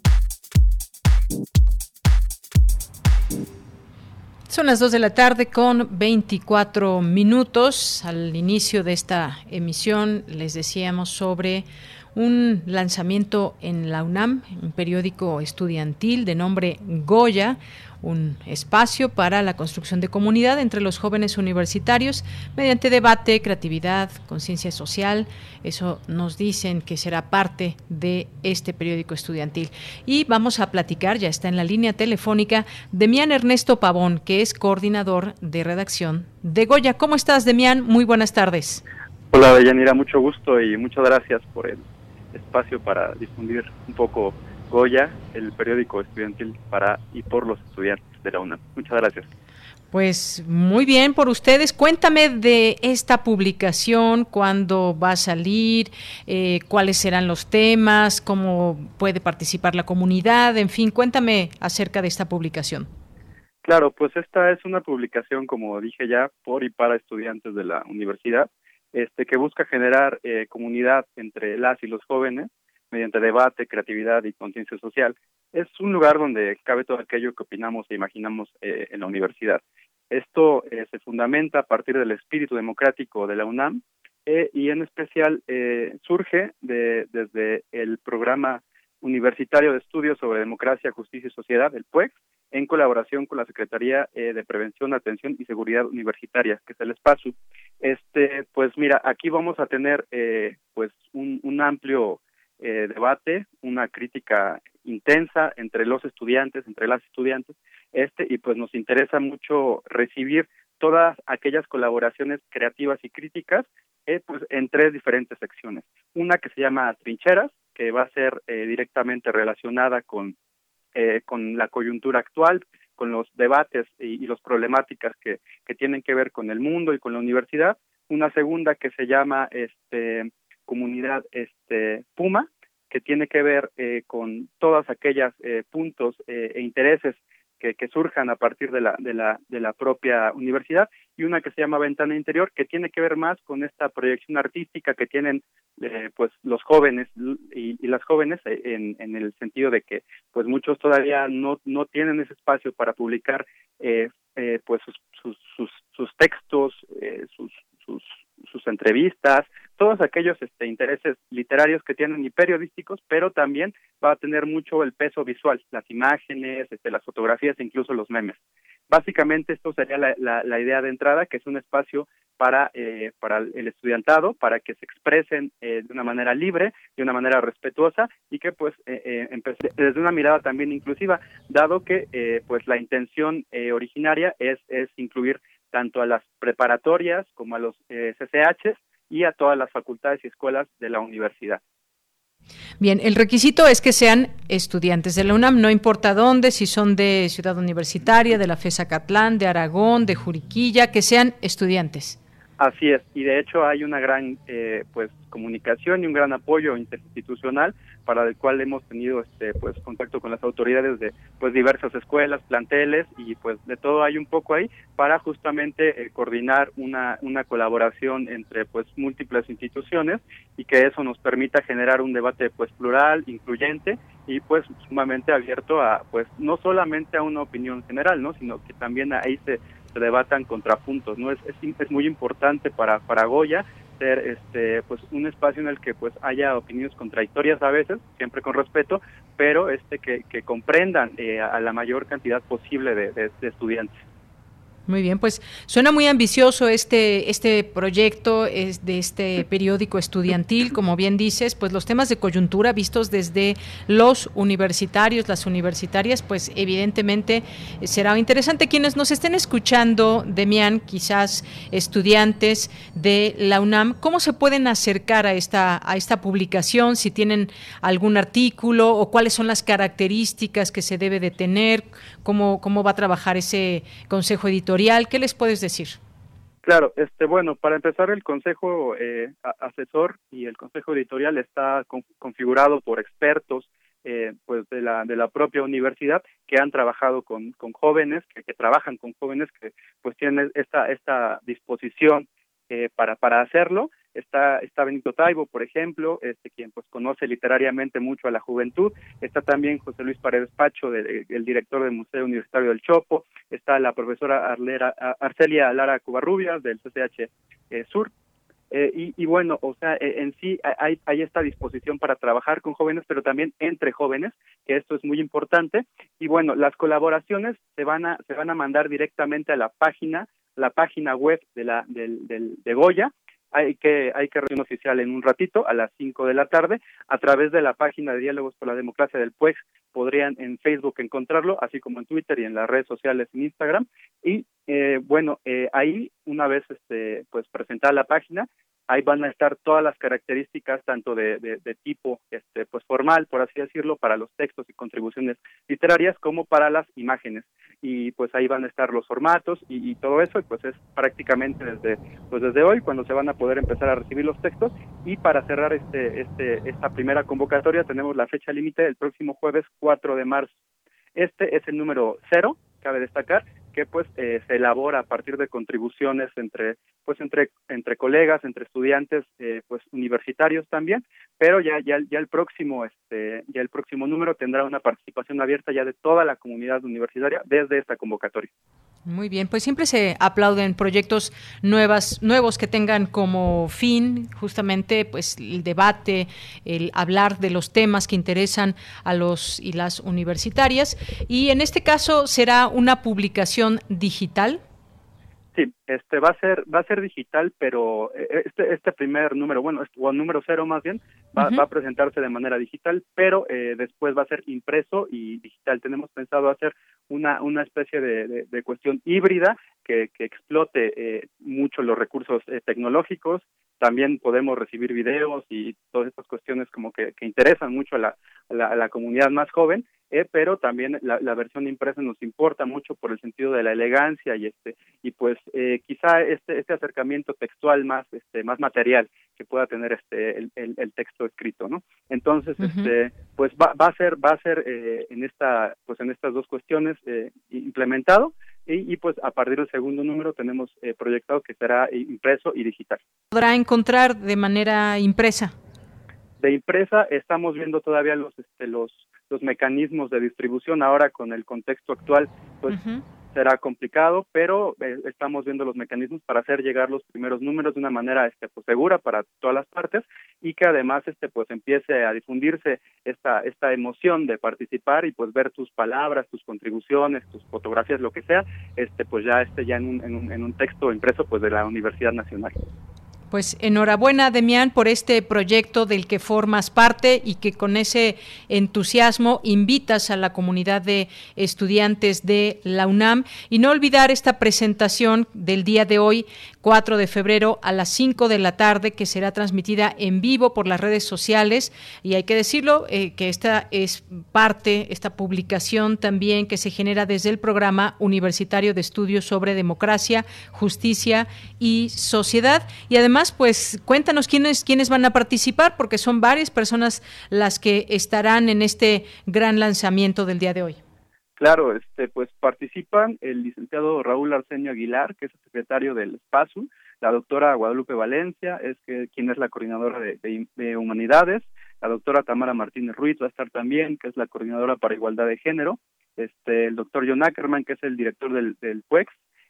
Son las 2 de la tarde con 24 minutos. Al inicio de esta emisión les decíamos sobre un lanzamiento en la UNAM, un periódico estudiantil de nombre Goya, un espacio para la construcción de comunidad entre los jóvenes universitarios mediante debate, creatividad, conciencia social. Eso nos dicen que será parte de este periódico estudiantil. Y vamos a platicar, ya está en la línea telefónica, Demián Ernesto Pavón, que es coordinador de redacción de Goya. ¿Cómo estás, Demián? Muy buenas tardes. Hola, Deyanira, mucho gusto y muchas gracias por el espacio para difundir un poco Goya, el periódico estudiantil para y por los estudiantes de la UNAM. Muchas gracias. Pues muy bien por ustedes. Cuéntame de esta publicación, cuándo va a salir, cuáles serán los temas, cómo puede participar la comunidad, en fin, cuéntame acerca de esta publicación. Claro, pues esta es una publicación, como dije ya, por y para estudiantes de la universidad, que busca generar comunidad entre las y los jóvenes mediante debate, creatividad y conciencia social. Es un lugar donde cabe todo aquello que opinamos e imaginamos en la universidad. Esto se fundamenta a partir del espíritu democrático de la UNAM y en especial surge desde el programa universitario de estudios sobre democracia, justicia y sociedad, el PUEX, en colaboración con la Secretaría de Prevención, Atención y Seguridad Universitaria, que es el SPASU. Pues mira, aquí vamos a tener pues un amplio debate, una crítica intensa entre los estudiantes, entre las estudiantes, y pues nos interesa mucho recibir todas aquellas colaboraciones creativas y críticas pues en 3 diferentes secciones. Una que se llama Trincheras, que va a ser directamente relacionada con la coyuntura actual, con los debates y las problemáticas que tienen que ver con el mundo y con la universidad. Una segunda que se llama comunidad Puma, que tiene que ver con todas aquellas puntos e intereses que surjan a partir de la propia universidad, y una que se llama Ventana Interior, que tiene que ver más con esta proyección artística que tienen pues los jóvenes y las jóvenes en el sentido de que pues muchos todavía no tienen ese espacio para publicar pues sus textos, sus entrevistas, todos aquellos intereses literarios que tienen y periodísticos, pero también va a tener mucho el peso visual, las imágenes, las fotografías e incluso los memes. Básicamente esto sería la idea de entrada, que es un espacio para el estudiantado, para que se expresen de una manera libre, de una manera respetuosa, y que pues desde una mirada también inclusiva, dado que pues la intención originaria es incluir tanto a las preparatorias como a los CCHs y a todas las facultades y escuelas de la universidad. Bien, el requisito es que sean estudiantes de la UNAM, no importa dónde, si son de Ciudad Universitaria, de la FES Acatlán, de Aragón, de Juriquilla, que sean estudiantes. Así es, y de hecho hay una gran pues comunicación y un gran apoyo interinstitucional para el cual hemos tenido pues contacto con las autoridades de pues diversas escuelas, planteles, y pues de todo hay un poco ahí para justamente coordinar una colaboración entre pues múltiples instituciones, y que eso nos permita generar un debate pues plural, incluyente y pues sumamente abierto a pues no solamente a una opinión general, ¿no?, sino que también ahí se debatan contrapuntos, ¿no? Es muy importante para Goya ser pues un espacio en el que pues haya opiniones contradictorias a veces, siempre con respeto, pero que comprendan a la mayor cantidad posible de estudiantes. Muy bien, pues suena muy ambicioso este proyecto es de este periódico estudiantil, como bien dices, pues los temas de coyuntura vistos desde los universitarios, las universitarias, pues evidentemente será interesante. Quienes nos estén escuchando, Demián, quizás estudiantes de la UNAM, ¿cómo se pueden acercar a esta publicación? Si tienen algún artículo o cuáles son las características que se debe de tener, cómo va a trabajar ese consejo editorial. ¿Qué les puedes decir? Claro, bueno, para empezar, el consejo asesor y el consejo editorial está configurado por expertos pues de la propia universidad, que han trabajado con jóvenes, que trabajan con jóvenes, que pues tienen esta disposición para hacerlo. Está Benito Taibo, por ejemplo, quien pues conoce literariamente mucho a la juventud. Está también José Luis Paredes Pacho, el director del Museo Universitario del Chopo. Está la profesora Arcelia Lara Covarrubias, del CCH Sur. Y bueno, o sea, en sí hay esta disposición para trabajar con jóvenes, pero también entre jóvenes, que esto es muy importante. Y bueno, las colaboraciones se van a mandar directamente a la página web de Goya. Hay que reunión oficial en un ratito, a las 5 de la tarde, a través de la página de Diálogos por la Democracia del PUEX. Podrían en Facebook encontrarlo, así como en Twitter y en las redes sociales en Instagram. Y bueno, ahí, una vez pues presentada la página, ahí van a estar todas las características, tanto de tipo pues formal, por así decirlo, para los textos y contribuciones literarias, como para las imágenes. Y pues ahí van a estar los formatos y todo eso, y pues es prácticamente desde hoy cuando se van a poder empezar a recibir los textos. Y para cerrar esta primera convocatoria tenemos la fecha límite el próximo jueves 4 de marzo. Este es el número 0, cabe destacar, que pues se elabora a partir de contribuciones entre colegas, entre estudiantes pues universitarios también, pero ya el próximo número tendrá una participación abierta ya de toda la comunidad universitaria desde esta convocatoria. Muy bien, pues siempre se aplauden proyectos nuevos que tengan como fin justamente pues el debate, el hablar de los temas que interesan a los y las universitarias. Y en este caso, ¿será una publicación digital? Sí, va a ser digital, pero este primer número, o número 0 más bien, va a presentarse de manera digital, pero después va a ser impreso y digital. Tenemos pensado hacer una especie de cuestión híbrida que explote mucho los recursos tecnológicos también podemos recibir videos y todas estas cuestiones como que interesan mucho a la comunidad más joven, pero también la versión impresa nos importa mucho por el sentido de la elegancia y pues quizá este acercamiento textual más material que pueda tener el texto escrito, ¿no? Entonces pues va a ser en estas dos cuestiones implementado. Y pues a partir del segundo número tenemos proyectado que será impreso y digital. ¿Podrá encontrar de manera impresa? De impresa estamos viendo todavía los mecanismos de distribución. Ahora con el contexto actual pues será complicado, pero estamos viendo los mecanismos para hacer llegar los primeros números de una manera pues segura para todas las partes, y que además pues empiece a difundirse esta emoción de participar y pues ver tus palabras, tus contribuciones, tus fotografías, lo que sea, pues ya en un texto impreso pues de la Universidad Nacional. Pues enhorabuena, Demián, por este proyecto del que formas parte y que con ese entusiasmo invitas a la comunidad de estudiantes de la UNAM. Y no olvidar esta presentación del día de hoy, 4 de febrero a las 5 de la tarde, que será transmitida en vivo por las redes sociales. Y hay que decirlo, que esta es esta publicación también que se genera desde el Programa Universitario de Estudios sobre Democracia, Justicia y Sociedad. Y además, pues cuéntanos quiénes van a participar, porque son varias personas las que estarán en este gran lanzamiento del día de hoy. Claro, pues participan el licenciado Raúl Arsenio Aguilar, que es el secretario del SPASU, la doctora Guadalupe Valencia, quien es la coordinadora de Humanidades, la doctora Tamara Martínez Ruiz va a estar también, que es la coordinadora para Igualdad de Género, el doctor John Ackerman, que es el director del PUEX,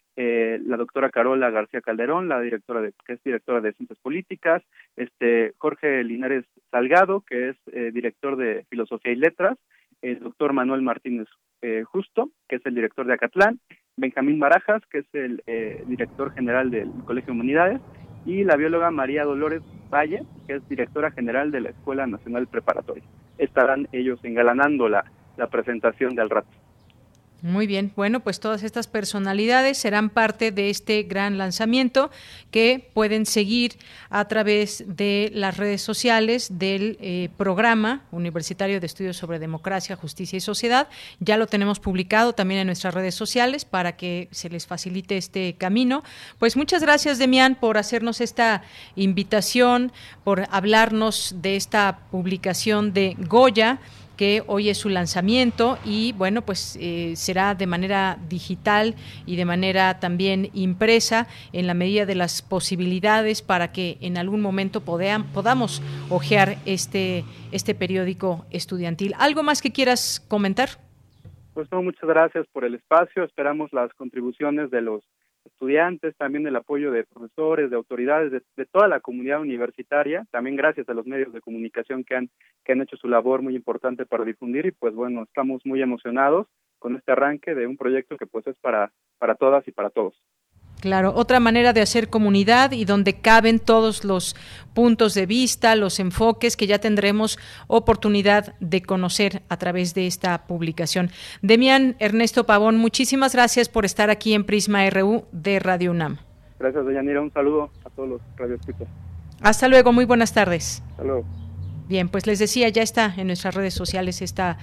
la doctora Carola García Calderón, que es directora de Ciencias Políticas, Jorge Linares Salgado, que es director de Filosofía y Letras, el doctor Manuel Martínez Justo, que es el director de Acatlán, Benjamín Barajas, que es el director general del Colegio de Humanidades, y la bióloga María Dolores Valle, que es directora general de la Escuela Nacional Preparatoria. Estarán ellos engalanando la presentación de al rato. Muy bien, bueno, pues todas estas personalidades serán parte de este gran lanzamiento que pueden seguir a través de las redes sociales del Programa Universitario de Estudios sobre Democracia, Justicia y Sociedad. Ya lo tenemos publicado también en nuestras redes sociales para que se les facilite este camino. Pues muchas gracias, Demián, por hacernos esta invitación, por hablarnos de esta publicación de Goya, que hoy es su lanzamiento y bueno, pues será de manera digital y de manera también impresa en la medida de las posibilidades para que en algún momento podamos hojear este periódico estudiantil. ¿Algo más que quieras comentar? Pues no, muchas gracias por el espacio. Esperamos las contribuciones de los estudiantes, también el apoyo de profesores, de autoridades, de toda la comunidad universitaria, también gracias a los medios de comunicación que han hecho su labor muy importante para difundir, y pues bueno, estamos muy emocionados con este arranque de un proyecto que pues es para todas y para todos. Claro, otra manera de hacer comunidad y donde caben todos los puntos de vista, los enfoques que ya tendremos oportunidad de conocer a través de esta publicación. Demián Ernesto Pavón, muchísimas gracias por estar aquí en Prisma RU de Radio UNAM. Gracias, Deyanira, un saludo a todos los radioescuchas. Hasta luego, muy buenas tardes. Hasta luego. Bien, pues les decía, ya está en nuestras redes sociales esta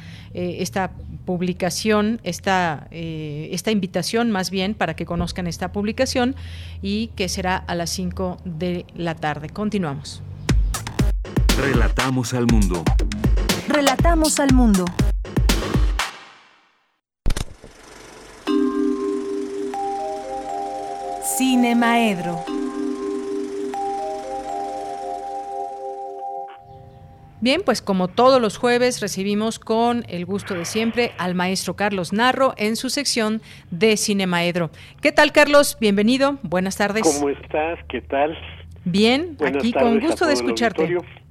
publicación, esta invitación más bien para que conozcan esta publicación, y que será a las 5 de la tarde. Continuamos. Relatamos al mundo. Relatamos al mundo. Cinemaedro. Bien, pues como todos los jueves recibimos con el gusto de siempre al maestro Carlos Narro en su sección de Cinemaedro. ¿Qué tal, Carlos? Bienvenido, buenas tardes. ¿Cómo estás? ¿Qué tal? Bien, buenas aquí con gusto de escucharte.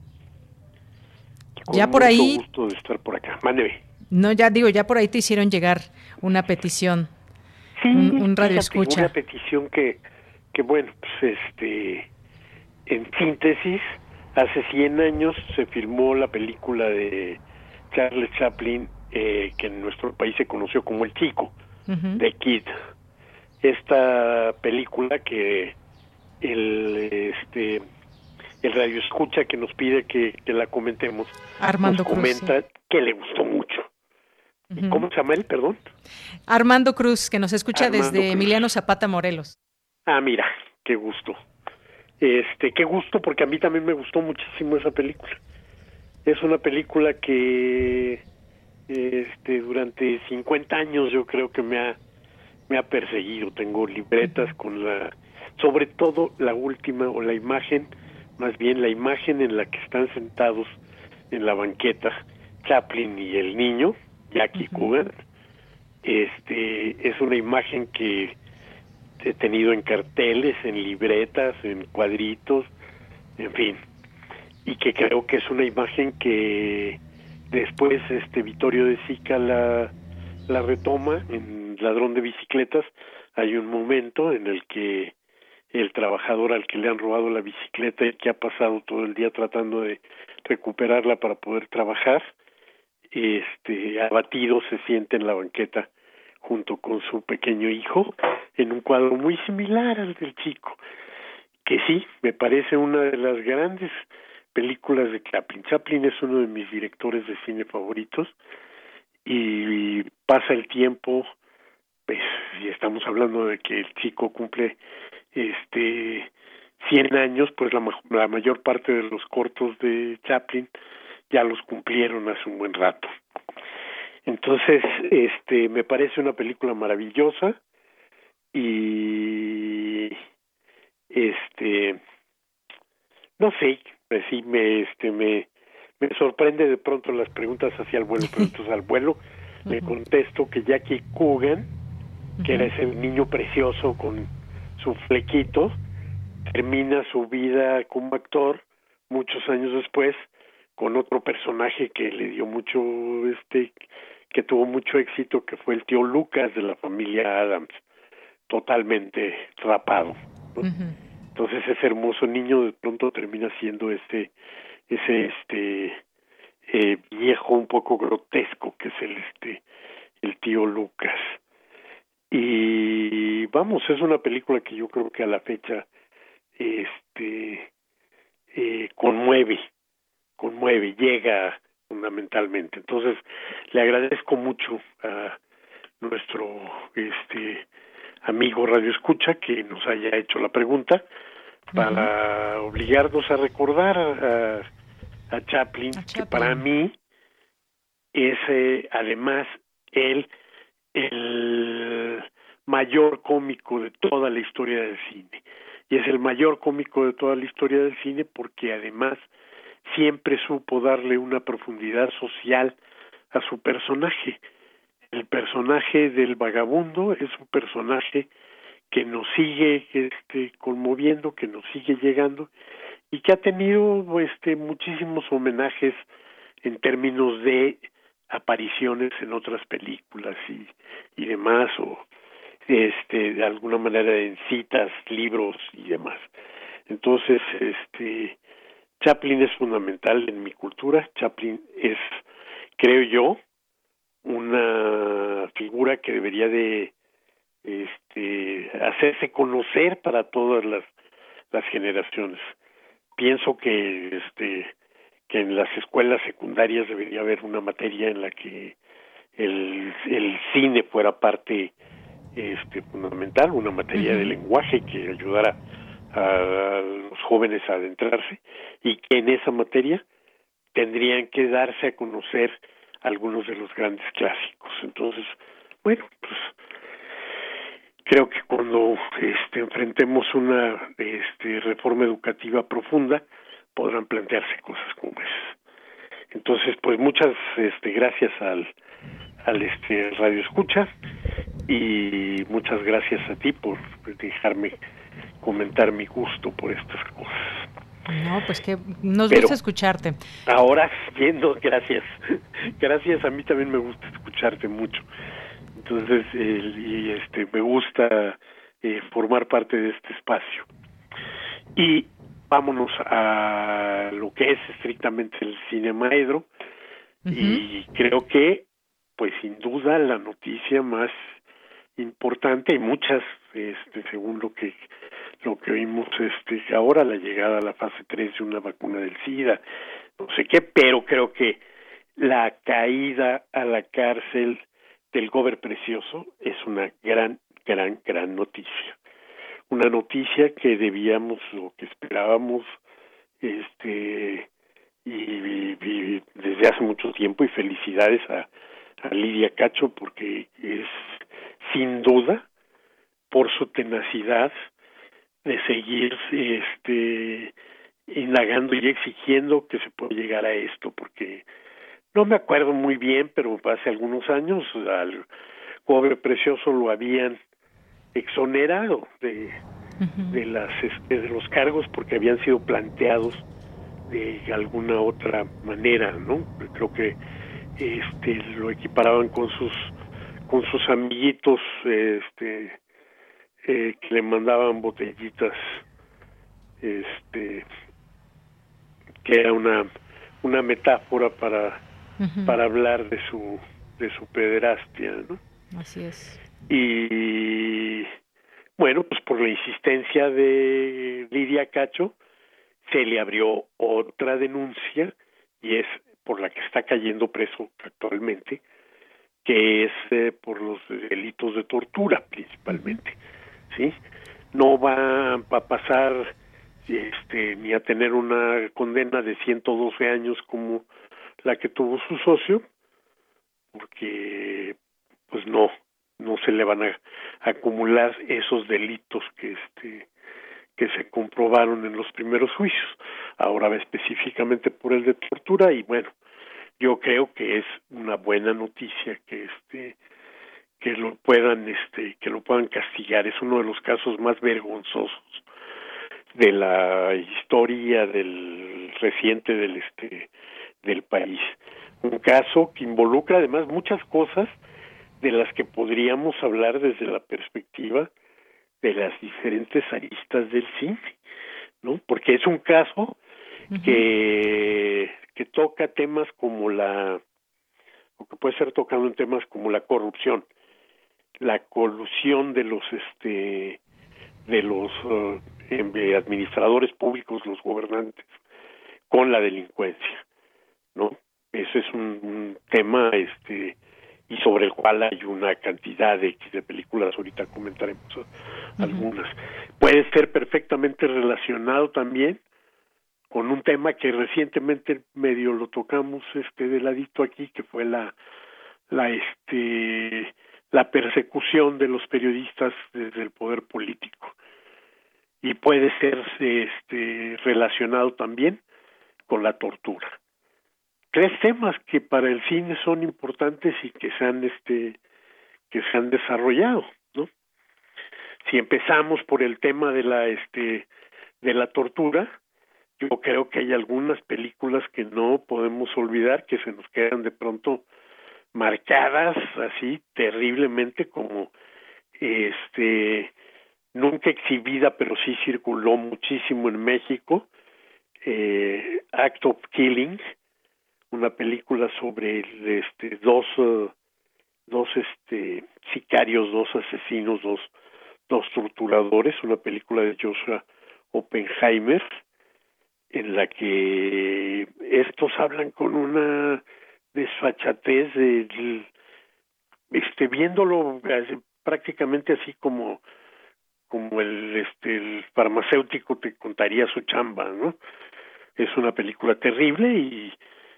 Ya por ahí... gusto de estar por acá. Mándeme. No, ya por ahí te hicieron llegar una petición, sí, un radio escucha. Una petición que bueno, pues en síntesis... Hace 100 años se filmó la película de Charles Chaplin, que en nuestro país se conoció como El Chico, The Kid. Esta película que el el radio escucha que nos pide que la comentemos, Armando nos comenta Cruz, sí, que le gustó mucho. ¿Y cómo se llama él, perdón? Armando Cruz, que nos escucha Armando desde Cruz. Emiliano Zapata, Morelos. Ah, mira, qué gusto. Qué gusto, porque a mí también me gustó muchísimo esa película. Es una película que durante 50 años yo creo que me ha perseguido. Tengo libretas con sobre todo la última, o la imagen, más bien la imagen en la que están sentados en la banqueta Chaplin y el niño, Jackie Coogan. Es una imagen que he tenido en carteles, en libretas, en cuadritos, en fin, y que creo que es una imagen que después Vittorio De Sica la retoma en Ladrón de Bicicletas. Hay un momento en el que el trabajador al que le han robado la bicicleta y que ha pasado todo el día tratando de recuperarla para poder trabajar, abatido se siente en la banqueta junto con su pequeño hijo, en un cuadro muy similar al del chico, que sí, me parece una de las grandes películas de Chaplin. Chaplin es uno de mis directores de cine favoritos, y pasa el tiempo, pues, si estamos hablando de que el chico cumple 100 años, pues la mayor parte de los cortos de Chaplin ya los cumplieron hace un buen rato. Entonces, me parece una película maravillosa, y no sé, pues sí, me sorprende de pronto las preguntas hacia el vuelo, pero entonces al vuelo le contesto que Jackie Coogan, que era ese niño precioso con su flequito, termina su vida como actor muchos años después con otro personaje que le dio mucho, que tuvo mucho éxito, que fue el tío Lucas de la familia Addams, totalmente rapado, ¿no? Entonces ese hermoso niño de pronto termina siendo ese viejo un poco grotesco que es el tío Lucas. Y vamos, es una película que yo creo que a la fecha conmueve, llega fundamentalmente. Entonces le agradezco mucho a nuestro amigo Radio Escucha que nos haya hecho la pregunta para obligarnos a recordar a Chaplin, que para mí es además el mayor cómico de toda la historia del cine. Y es el mayor cómico de toda la historia del cine porque además siempre supo darle una profundidad social a su personaje. El personaje del vagabundo es un personaje que nos sigue conmoviendo, que nos sigue llegando, y que ha tenido muchísimos homenajes en términos de apariciones en otras películas y demás, o de alguna manera en citas, libros y demás. Entonces, Chaplin es fundamental en mi cultura. Chaplin es, creo yo, una figura que debería de hacerse conocer para todas las generaciones. Pienso que en las escuelas secundarias debería haber una materia en la que el cine fuera parte fundamental, una materia de lenguaje que ayudara a los jóvenes a adentrarse, y que en esa materia tendrían que darse a conocer algunos de los grandes clásicos. Entonces, bueno, pues creo que cuando enfrentemos una reforma educativa profunda podrán plantearse cosas como esas. Entonces, pues muchas gracias al Radio Escucha, y muchas gracias a ti por dejarme comentar mi gusto por estas cosas. No, pues que nos gusta escucharte. Ahora, gracias. Gracias, a mí también me gusta escucharte mucho. Entonces, me gusta formar parte de este espacio. Y vámonos a lo que es estrictamente el Cinemaedro. Y creo que, pues sin duda, la noticia más importante, y muchas, según lo que lo que oímos ahora, la llegada a la fase 3 de una vacuna del SIDA, no sé qué, pero creo que la caída a la cárcel del Gober Precioso es una gran noticia. Una noticia que debíamos o que esperábamos y desde hace mucho tiempo, y felicidades a Lidia Cacho, porque es sin duda, por su tenacidad de seguir indagando y exigiendo que se pueda llegar a esto, porque no me acuerdo muy bien, pero hace algunos años al Gober Precioso lo habían exonerado de los cargos porque habían sido planteados de alguna otra manera, ¿no? Creo que lo equiparaban con sus amiguitos que le mandaban botellitas, que era una metáfora para hablar de su pederastia, ¿no? Así es. Y bueno, pues por la insistencia de Lidia Cacho se le abrió otra denuncia, y es por la que está cayendo preso actualmente, que es por los delitos de tortura principalmente, ¿sí? No va a pasar ni a tener una condena de 112 años como la que tuvo su socio, porque pues no se le van a acumular esos delitos que se comprobaron en los primeros juicios. Ahora va específicamente por el de tortura, y bueno, yo creo que es una buena noticia que lo puedan castigar. Es uno de los casos más vergonzosos de la historia reciente del país. Un caso que involucra además muchas cosas de las que podríamos hablar desde la perspectiva de las diferentes aristas del cine, ¿no? Porque es un caso que toca temas como o que puede ser tocado en temas como la corrupción, la colusión de los administradores públicos, los gobernantes, con la delincuencia, ¿no? Ese es un tema y sobre el cual hay una cantidad de películas, ahorita comentaremos algunas. Puede ser perfectamente relacionado también con un tema que recientemente medio lo tocamos de ladito aquí, que fue la persecución de los periodistas desde el poder político, y puede ser relacionado también con la tortura. 3 temas que para el cine son importantes y que se han desarrollado, ¿no? Si empezamos por el tema de la tortura, yo creo que hay algunas películas que no podemos olvidar, que se nos quedan de pronto marcadas así terriblemente, como nunca exhibida, pero sí circuló muchísimo en México, Act of Killing, una película sobre dos sicarios, 2 asesinos, dos torturadores, una película de Joshua Oppenheimer, en la que estos hablan con una desfachatez viéndolo prácticamente así como el farmacéutico te contaría su chamba, ¿no? Es una película terrible y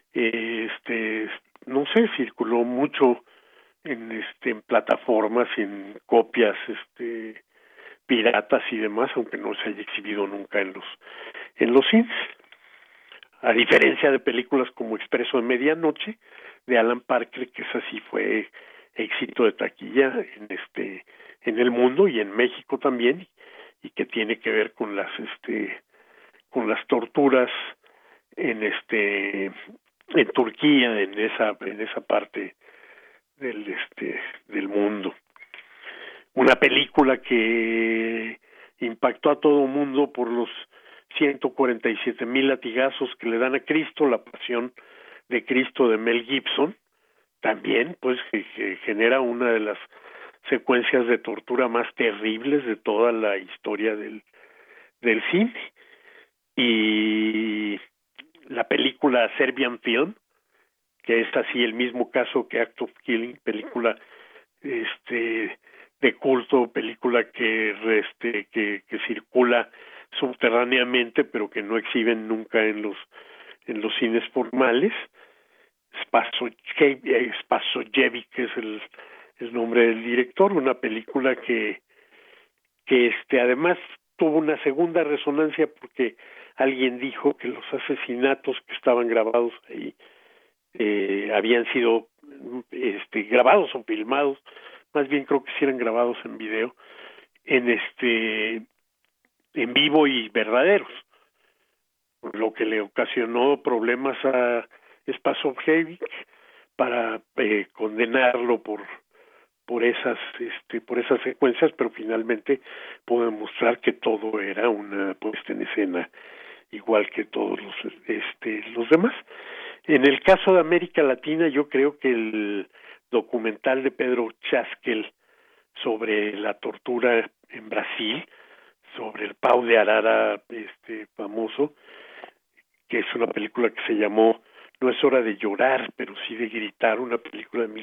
no sé, circuló mucho en plataformas, en copias piratas y demás, aunque no se haya exhibido nunca en los cines. A diferencia de películas como Expreso de Medianoche de Alan Parker, que esa sí fue éxito de taquilla en el mundo y en México también, y que tiene que ver con las torturas en Turquía, en esa parte del mundo. Una película que impactó a todo mundo por los 147,000 latigazos que le dan a Cristo, La Pasión de Cristo de Mel Gibson, también pues que genera una de las secuencias de tortura más terribles de toda la historia del del cine. Y la película Serbian Film, que es así el mismo caso que Act of Killing, película de culto, película que circula subterráneamente, pero que no exhiben nunca en los cines formales. Spasojevic es el nombre del director, una película que además tuvo una segunda resonancia porque alguien dijo que los asesinatos que estaban grabados ahí habían sido grabados o filmados, más bien creo que sí eran grabados en video, en vivo y verdaderos, lo que le ocasionó problemas a Spasojevic para condenarlo por esas secuencias, pero finalmente pudo demostrar que todo era una puesta en escena igual que todos los demás. En el caso de América Latina, yo creo que el documental de Pedro Chaskel sobre la tortura en Brasil, sobre el Pau de Arara famoso, que es una película que se llamó No es hora de llorar, pero sí de gritar, una película de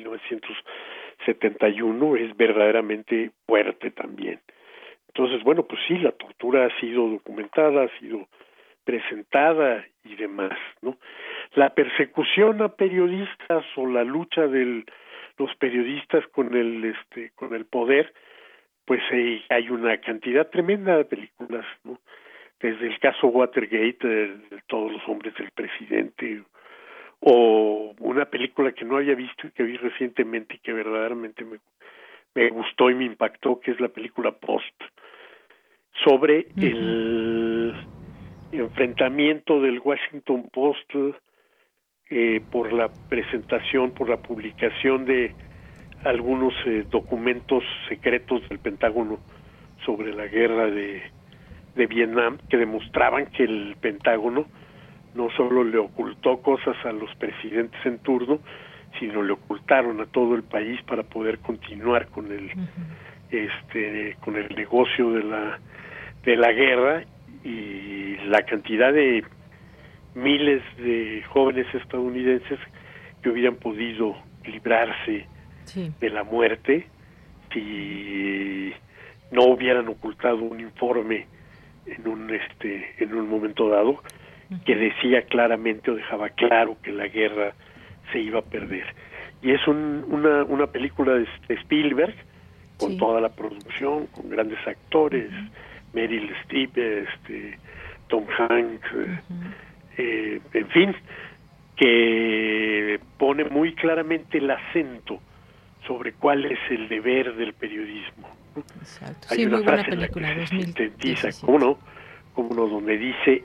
1971, es verdaderamente fuerte también. Entonces, bueno, pues sí, la tortura ha sido documentada, ha sido presentada y demás, ¿no? La persecución a periodistas o la lucha de los periodistas con el poder, pues hay una cantidad tremenda de películas, ¿no? Desde el caso Watergate, de todos los hombres del presidente, o una película que no había visto y que vi recientemente y que verdaderamente me gustó y me impactó, que es la película Post, sobre el enfrentamiento del Washington Post por la presentación, por la publicación de algunos documentos secretos del Pentágono sobre la guerra de Vietnam, que demostraban que el Pentágono no solo le ocultó cosas a los presidentes en turno, sino le ocultaron a todo el país para poder continuar con el con el negocio de la guerra, y la cantidad de miles de jóvenes estadounidenses que hubieran podido librarse de la muerte si no hubieran ocultado un informe en un momento dado que decía claramente o dejaba claro que la guerra se iba a perder. Y es una película de Spielberg con toda la producción, con grandes actores, Meryl Streep, Tom Hanks, en fin, que pone muy claramente el acento sobre cuál es el deber del periodismo, ¿no? Exacto. Hay sí, una muy buena frase película, en la que se 2017. sintetiza, ¿cómo no? Donde dice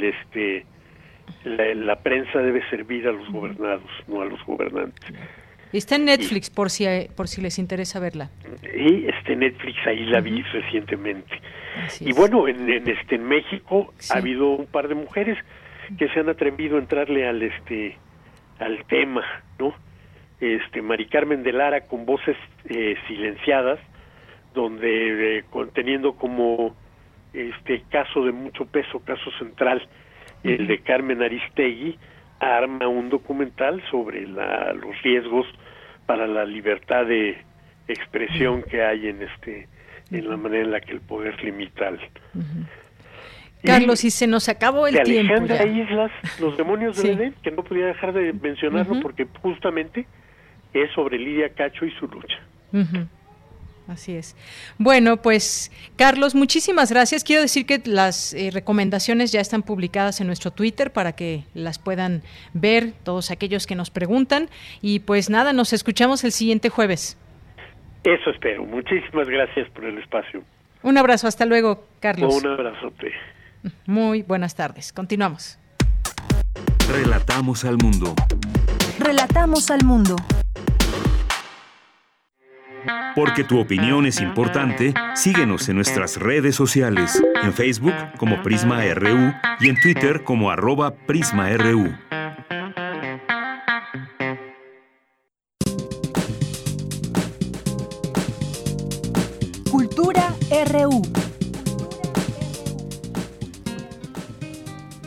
la prensa debe servir a los gobernados, no a los gobernantes. Está en Netflix, por si les interesa verla. Y Netflix, ahí la vi recientemente. Y bueno, en México ha habido un par de mujeres que se han atrevido a entrarle al tema, ¿no? Mari Carmen de Lara con Voces silenciadas, donde teniendo como caso de mucho peso, caso central, el de Carmen Aristegui, arma un documental sobre los riesgos para la libertad de expresión que hay en la manera en la que el poder limita Carlos, y se nos acabó el tiempo. Alejandra Islas, Los demonios del Edén, que no podía dejar de mencionarlo porque justamente es sobre Lidia Cacho y su lucha. Así es. Bueno, pues Carlos, muchísimas gracias. Quiero decir que las recomendaciones ya están publicadas en nuestro Twitter para que las puedan ver todos aquellos que nos preguntan. Y pues nada, nos escuchamos el siguiente jueves. Eso espero. Muchísimas gracias por el espacio. Un abrazo. Hasta luego, Carlos. Un abrazote. Muy buenas tardes. Continuamos. Relatamos al mundo. Relatamos al mundo. Porque tu opinión es importante, síguenos en nuestras redes sociales, en Facebook como Prisma RU y en Twitter como @PrismaRU. Cultura RU.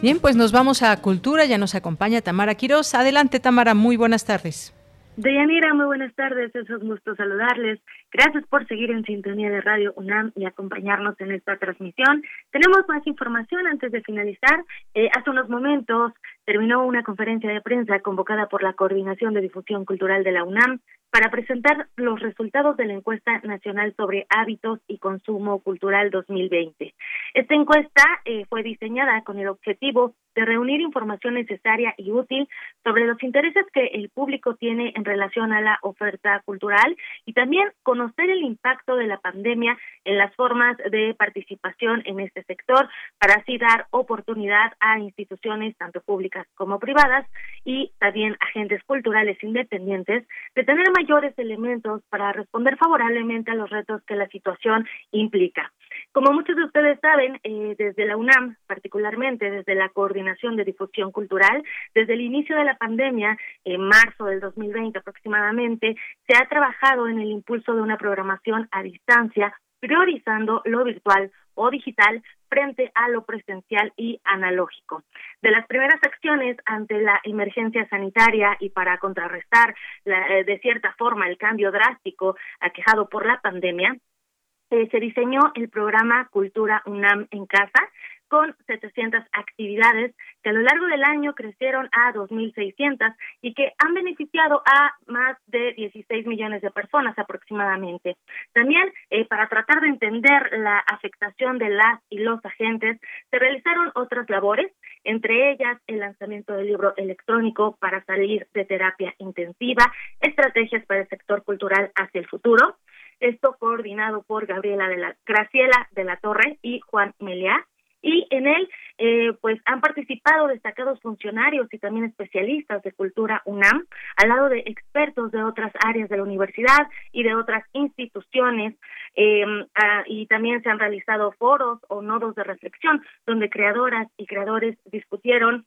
Bien, pues nos vamos a Cultura, ya nos acompaña Tamara Quirós. Adelante, Tamara, muy buenas tardes. Deyanira, muy buenas tardes, es un gusto saludarles. Gracias por seguir en sintonía de Radio UNAM y acompañarnos en esta transmisión. Tenemos más información antes de finalizar. Hace unos momentos terminó una conferencia de prensa convocada por la Coordinación de Difusión Cultural de la UNAM para presentar los resultados de la encuesta nacional sobre hábitos y consumo cultural 2020. Esta encuesta fue diseñada con el objetivo de reunir información necesaria y útil sobre los intereses que el público tiene en relación a la oferta cultural y también conocer el impacto de la pandemia en las formas de participación en este sector para así dar oportunidad a instituciones tanto públicas como privadas y también agentes culturales independientes de tener mayores elementos para responder favorablemente a los retos que la situación implica. Como muchos de ustedes saben, desde la UNAM, particularmente desde la Coordinación de Difusión Cultural, desde el inicio de la pandemia, en marzo del 2020 aproximadamente, se ha trabajado en el impulso de una programación a distancia, priorizando lo virtual o digital frente a lo presencial y analógico. De las primeras acciones ante la emergencia sanitaria y para contrarrestar de cierta forma el cambio drástico aquejado por la pandemia, se diseñó el programa Cultura UNAM en Casa, con 700 actividades que a lo largo del año crecieron a 2.600 y que han beneficiado a más de 16 millones de personas aproximadamente. También, para tratar de entender la afectación de las y los agentes, se realizaron otras labores, entre ellas el lanzamiento del libro electrónico para salir de terapia intensiva, estrategias para el sector cultural hacia el futuro, esto coordinado por Graciela de la Torre y Juan Meliá. Y en él, pues han participado destacados funcionarios y también especialistas de Cultura UNAM, al lado de expertos de otras áreas de la universidad y de otras instituciones, y también se han realizado foros o nodos de reflexión, donde creadoras y creadores discutieron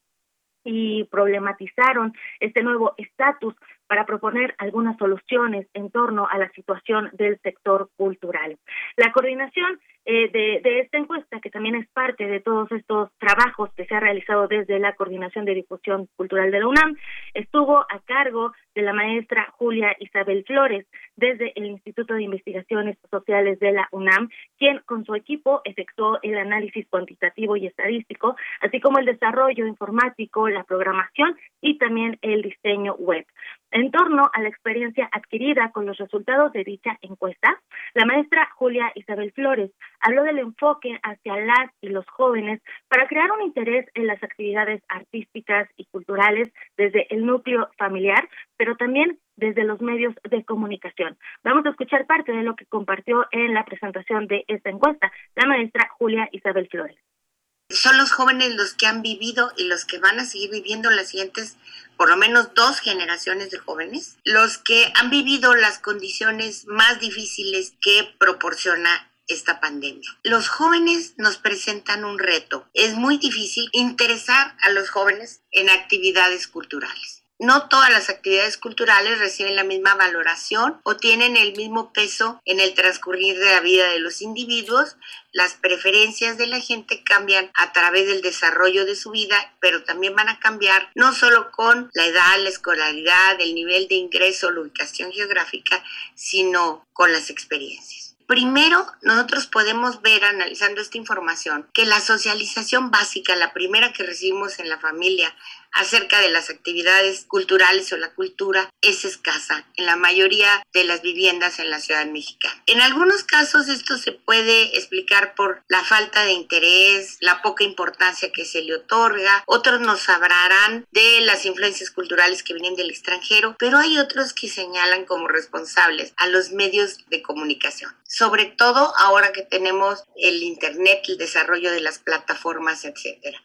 y problematizaron este nuevo estatus para proponer algunas soluciones en torno a la situación del sector cultural. La coordinación de esta encuesta, que también es parte de todos estos trabajos que se ha realizado desde la Coordinación de Difusión Cultural de la UNAM, estuvo a cargo de la maestra Julia Isabel Flores, desde el Instituto de Investigaciones Sociales de la UNAM, quien con su equipo efectuó el análisis cuantitativo y estadístico, así como el desarrollo informático, la programación y también el diseño web. En torno a la experiencia adquirida con los resultados de dicha encuesta, la maestra Julia Isabel Flores habló del enfoque hacia las y los jóvenes para crear un interés en las actividades artísticas y culturales desde el núcleo familiar, pero también desde los medios de comunicación. Vamos a escuchar parte de lo que compartió en la presentación de esta encuesta la maestra Julia Isabel Flores. Son los jóvenes los que han vivido y los que van a seguir viviendo las siguientes, por lo menos 2 generaciones de jóvenes, los que han vivido las condiciones más difíciles que proporciona esta pandemia. Los jóvenes nos presentan un reto. Es muy difícil interesar a los jóvenes en actividades culturales. No todas las actividades culturales reciben la misma valoración o tienen el mismo peso en el transcurrir de la vida de los individuos. Las preferencias de la gente cambian a través del desarrollo de su vida, pero también van a cambiar no solo con la edad, la escolaridad, el nivel de ingreso, la ubicación geográfica, sino con las experiencias. Primero, nosotros podemos ver, analizando esta información, que la socialización básica, la primera que recibimos en la familia acerca de las actividades culturales o la cultura, es escasa en la mayoría de las viviendas en la ciudad mexicana. En algunos casos esto se puede explicar por la falta de interés, la poca importancia que se le otorga. Otros nos hablarán de las influencias culturales que vienen del extranjero, pero hay otros que señalan como responsables a los medios de comunicación. Sobre todo ahora que tenemos el internet, el desarrollo de las plataformas, etcétera.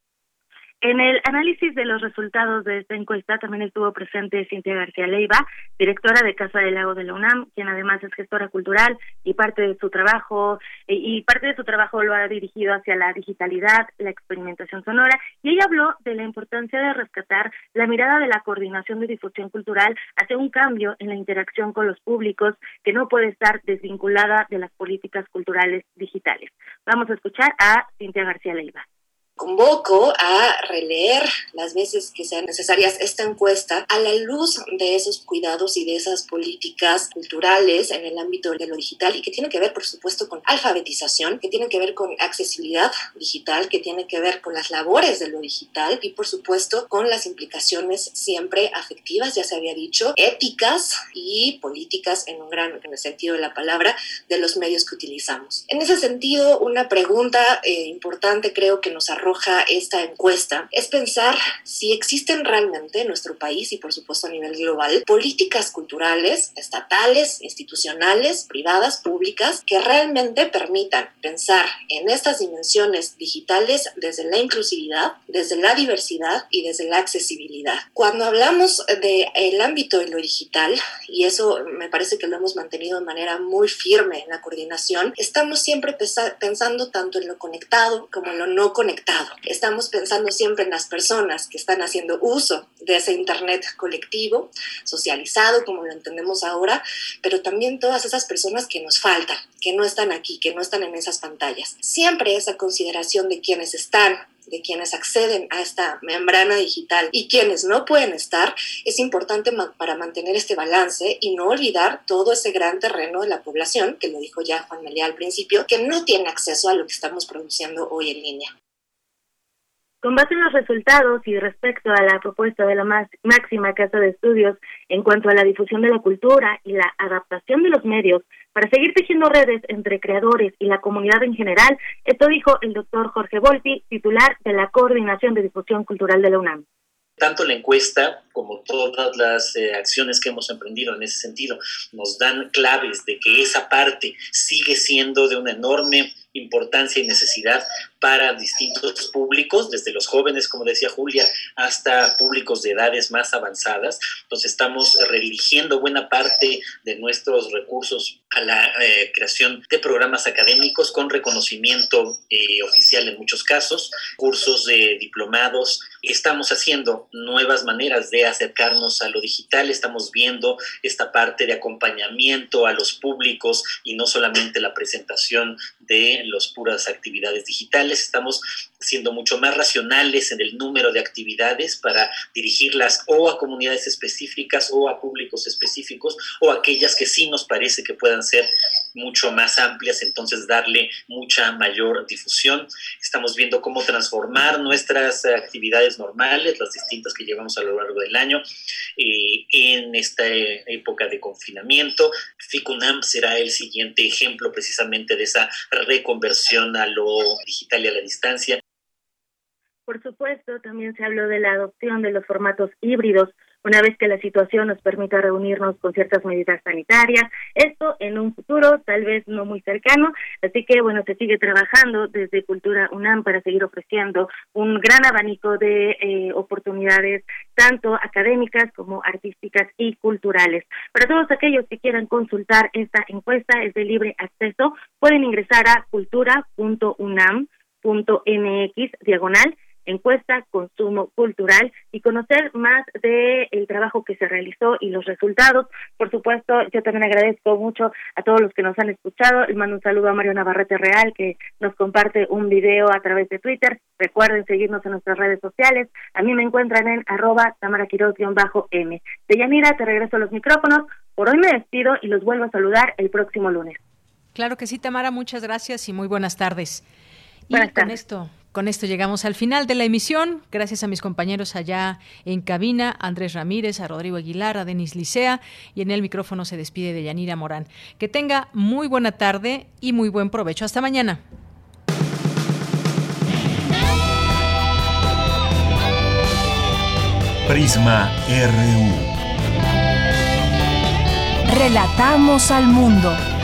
En el análisis de los resultados de esta encuesta también estuvo presente Cintia García Leiva, directora de Casa del Lago de la UNAM, quien además es gestora cultural y parte de su trabajo lo ha dirigido hacia la digitalidad, la experimentación sonora, y ella habló de la importancia de rescatar la mirada de la Coordinación de Difusión Cultural hacia un cambio en la interacción con los públicos que no puede estar desvinculada de las políticas culturales digitales. Vamos a escuchar a Cintia García Leiva. Convoco a releer las veces que sean necesarias esta encuesta a la luz de esos cuidados y de esas políticas culturales en el ámbito de lo digital y que tienen que ver, por supuesto, con alfabetización, que tienen que ver con accesibilidad digital, que tiene que ver con las labores de lo digital y, por supuesto, con las implicaciones siempre afectivas, ya se había dicho, éticas y políticas en el sentido de la palabra, de los medios que utilizamos. En ese sentido, una pregunta importante creo que nos arroja esta encuesta es pensar si existen realmente en nuestro país y por supuesto a nivel global políticas culturales, estatales, institucionales, privadas, públicas que realmente permitan pensar en estas dimensiones digitales desde la inclusividad, desde la diversidad y desde la accesibilidad. Cuando hablamos del ámbito de lo digital, y eso me parece que lo hemos mantenido de manera muy firme en la coordinación, estamos siempre pensando tanto en lo conectado como en lo no conectado. Estamos pensando siempre en las personas que están haciendo uso de ese Internet colectivo, socializado, como lo entendemos ahora, pero también todas esas personas que nos faltan, que no están aquí, que no están en esas pantallas. Siempre esa consideración de quienes están, de quienes acceden a esta membrana digital y quienes no pueden estar, es importante para mantener este balance y no olvidar todo ese gran terreno de la población, que lo dijo ya Juan Meliá al principio, que no tiene acceso a lo que estamos produciendo hoy en línea. Con base en los resultados y respecto a la propuesta de la máxima casa de estudios en cuanto a la difusión de la cultura y la adaptación de los medios para seguir tejiendo redes entre creadores y la comunidad en general, esto dijo el doctor Jorge Volpi, titular de la Coordinación de Difusión Cultural de la UNAM. Tanto la encuesta como todas las acciones que hemos emprendido en ese sentido nos dan claves de que esa parte sigue siendo de una enorme importancia y necesidad para distintos públicos, desde los jóvenes, como decía Julia, hasta públicos de edades más avanzadas. Entonces estamos redirigiendo buena parte de nuestros recursos a la creación de programas académicos con reconocimiento oficial en muchos casos, cursos de diplomados. Estamos haciendo nuevas maneras de acercarnos a lo digital, estamos viendo esta parte de acompañamiento a los públicos y no solamente la presentación de las puras actividades digitales. Estamos siendo mucho más racionales en el número de actividades para dirigirlas o a comunidades específicas o a públicos específicos o aquellas que sí nos parece que puedan ser mucho más amplias, entonces darle mucha mayor difusión. Estamos viendo cómo transformar nuestras actividades normales, las distintas que llevamos a lo largo del año, en esta época de confinamiento. FICUNAM será el siguiente ejemplo precisamente de esa reconversión a lo digital y a la distancia. Por supuesto, también se habló de la adopción de los formatos híbridos, una vez que la situación nos permita reunirnos con ciertas medidas sanitarias, esto en un futuro tal vez no muy cercano, así que bueno, se sigue trabajando desde Cultura UNAM para seguir ofreciendo un gran abanico de oportunidades, tanto académicas como artísticas y culturales. Para todos aquellos que quieran consultar esta encuesta, es de libre acceso, pueden ingresar a cultura.unam.mx/ encuesta consumo cultural y conocer más de el trabajo que se realizó y los resultados. Por supuesto, yo también agradezco mucho a todos los que nos han escuchado. Les mando un saludo a Mario Navarrete Real, que nos comparte un video a través de Twitter. Recuerden seguirnos en nuestras redes sociales. A mí me encuentran en @tamaraquiroz_m. Deyanira, te regreso a los micrófonos. Por hoy me despido y los vuelvo a saludar el próximo lunes. Claro que sí, Tamara, muchas gracias y muy buenas tardes. Buenas tardes. Con esto llegamos al final de la emisión. Gracias a mis compañeros allá en cabina, a Andrés Ramírez, a Rodrigo Aguilar, a Denis Licea, y en el micrófono se despide Deyanira Morán. Que tenga muy buena tarde y muy buen provecho. Hasta mañana. Prisma RU. Relatamos al mundo.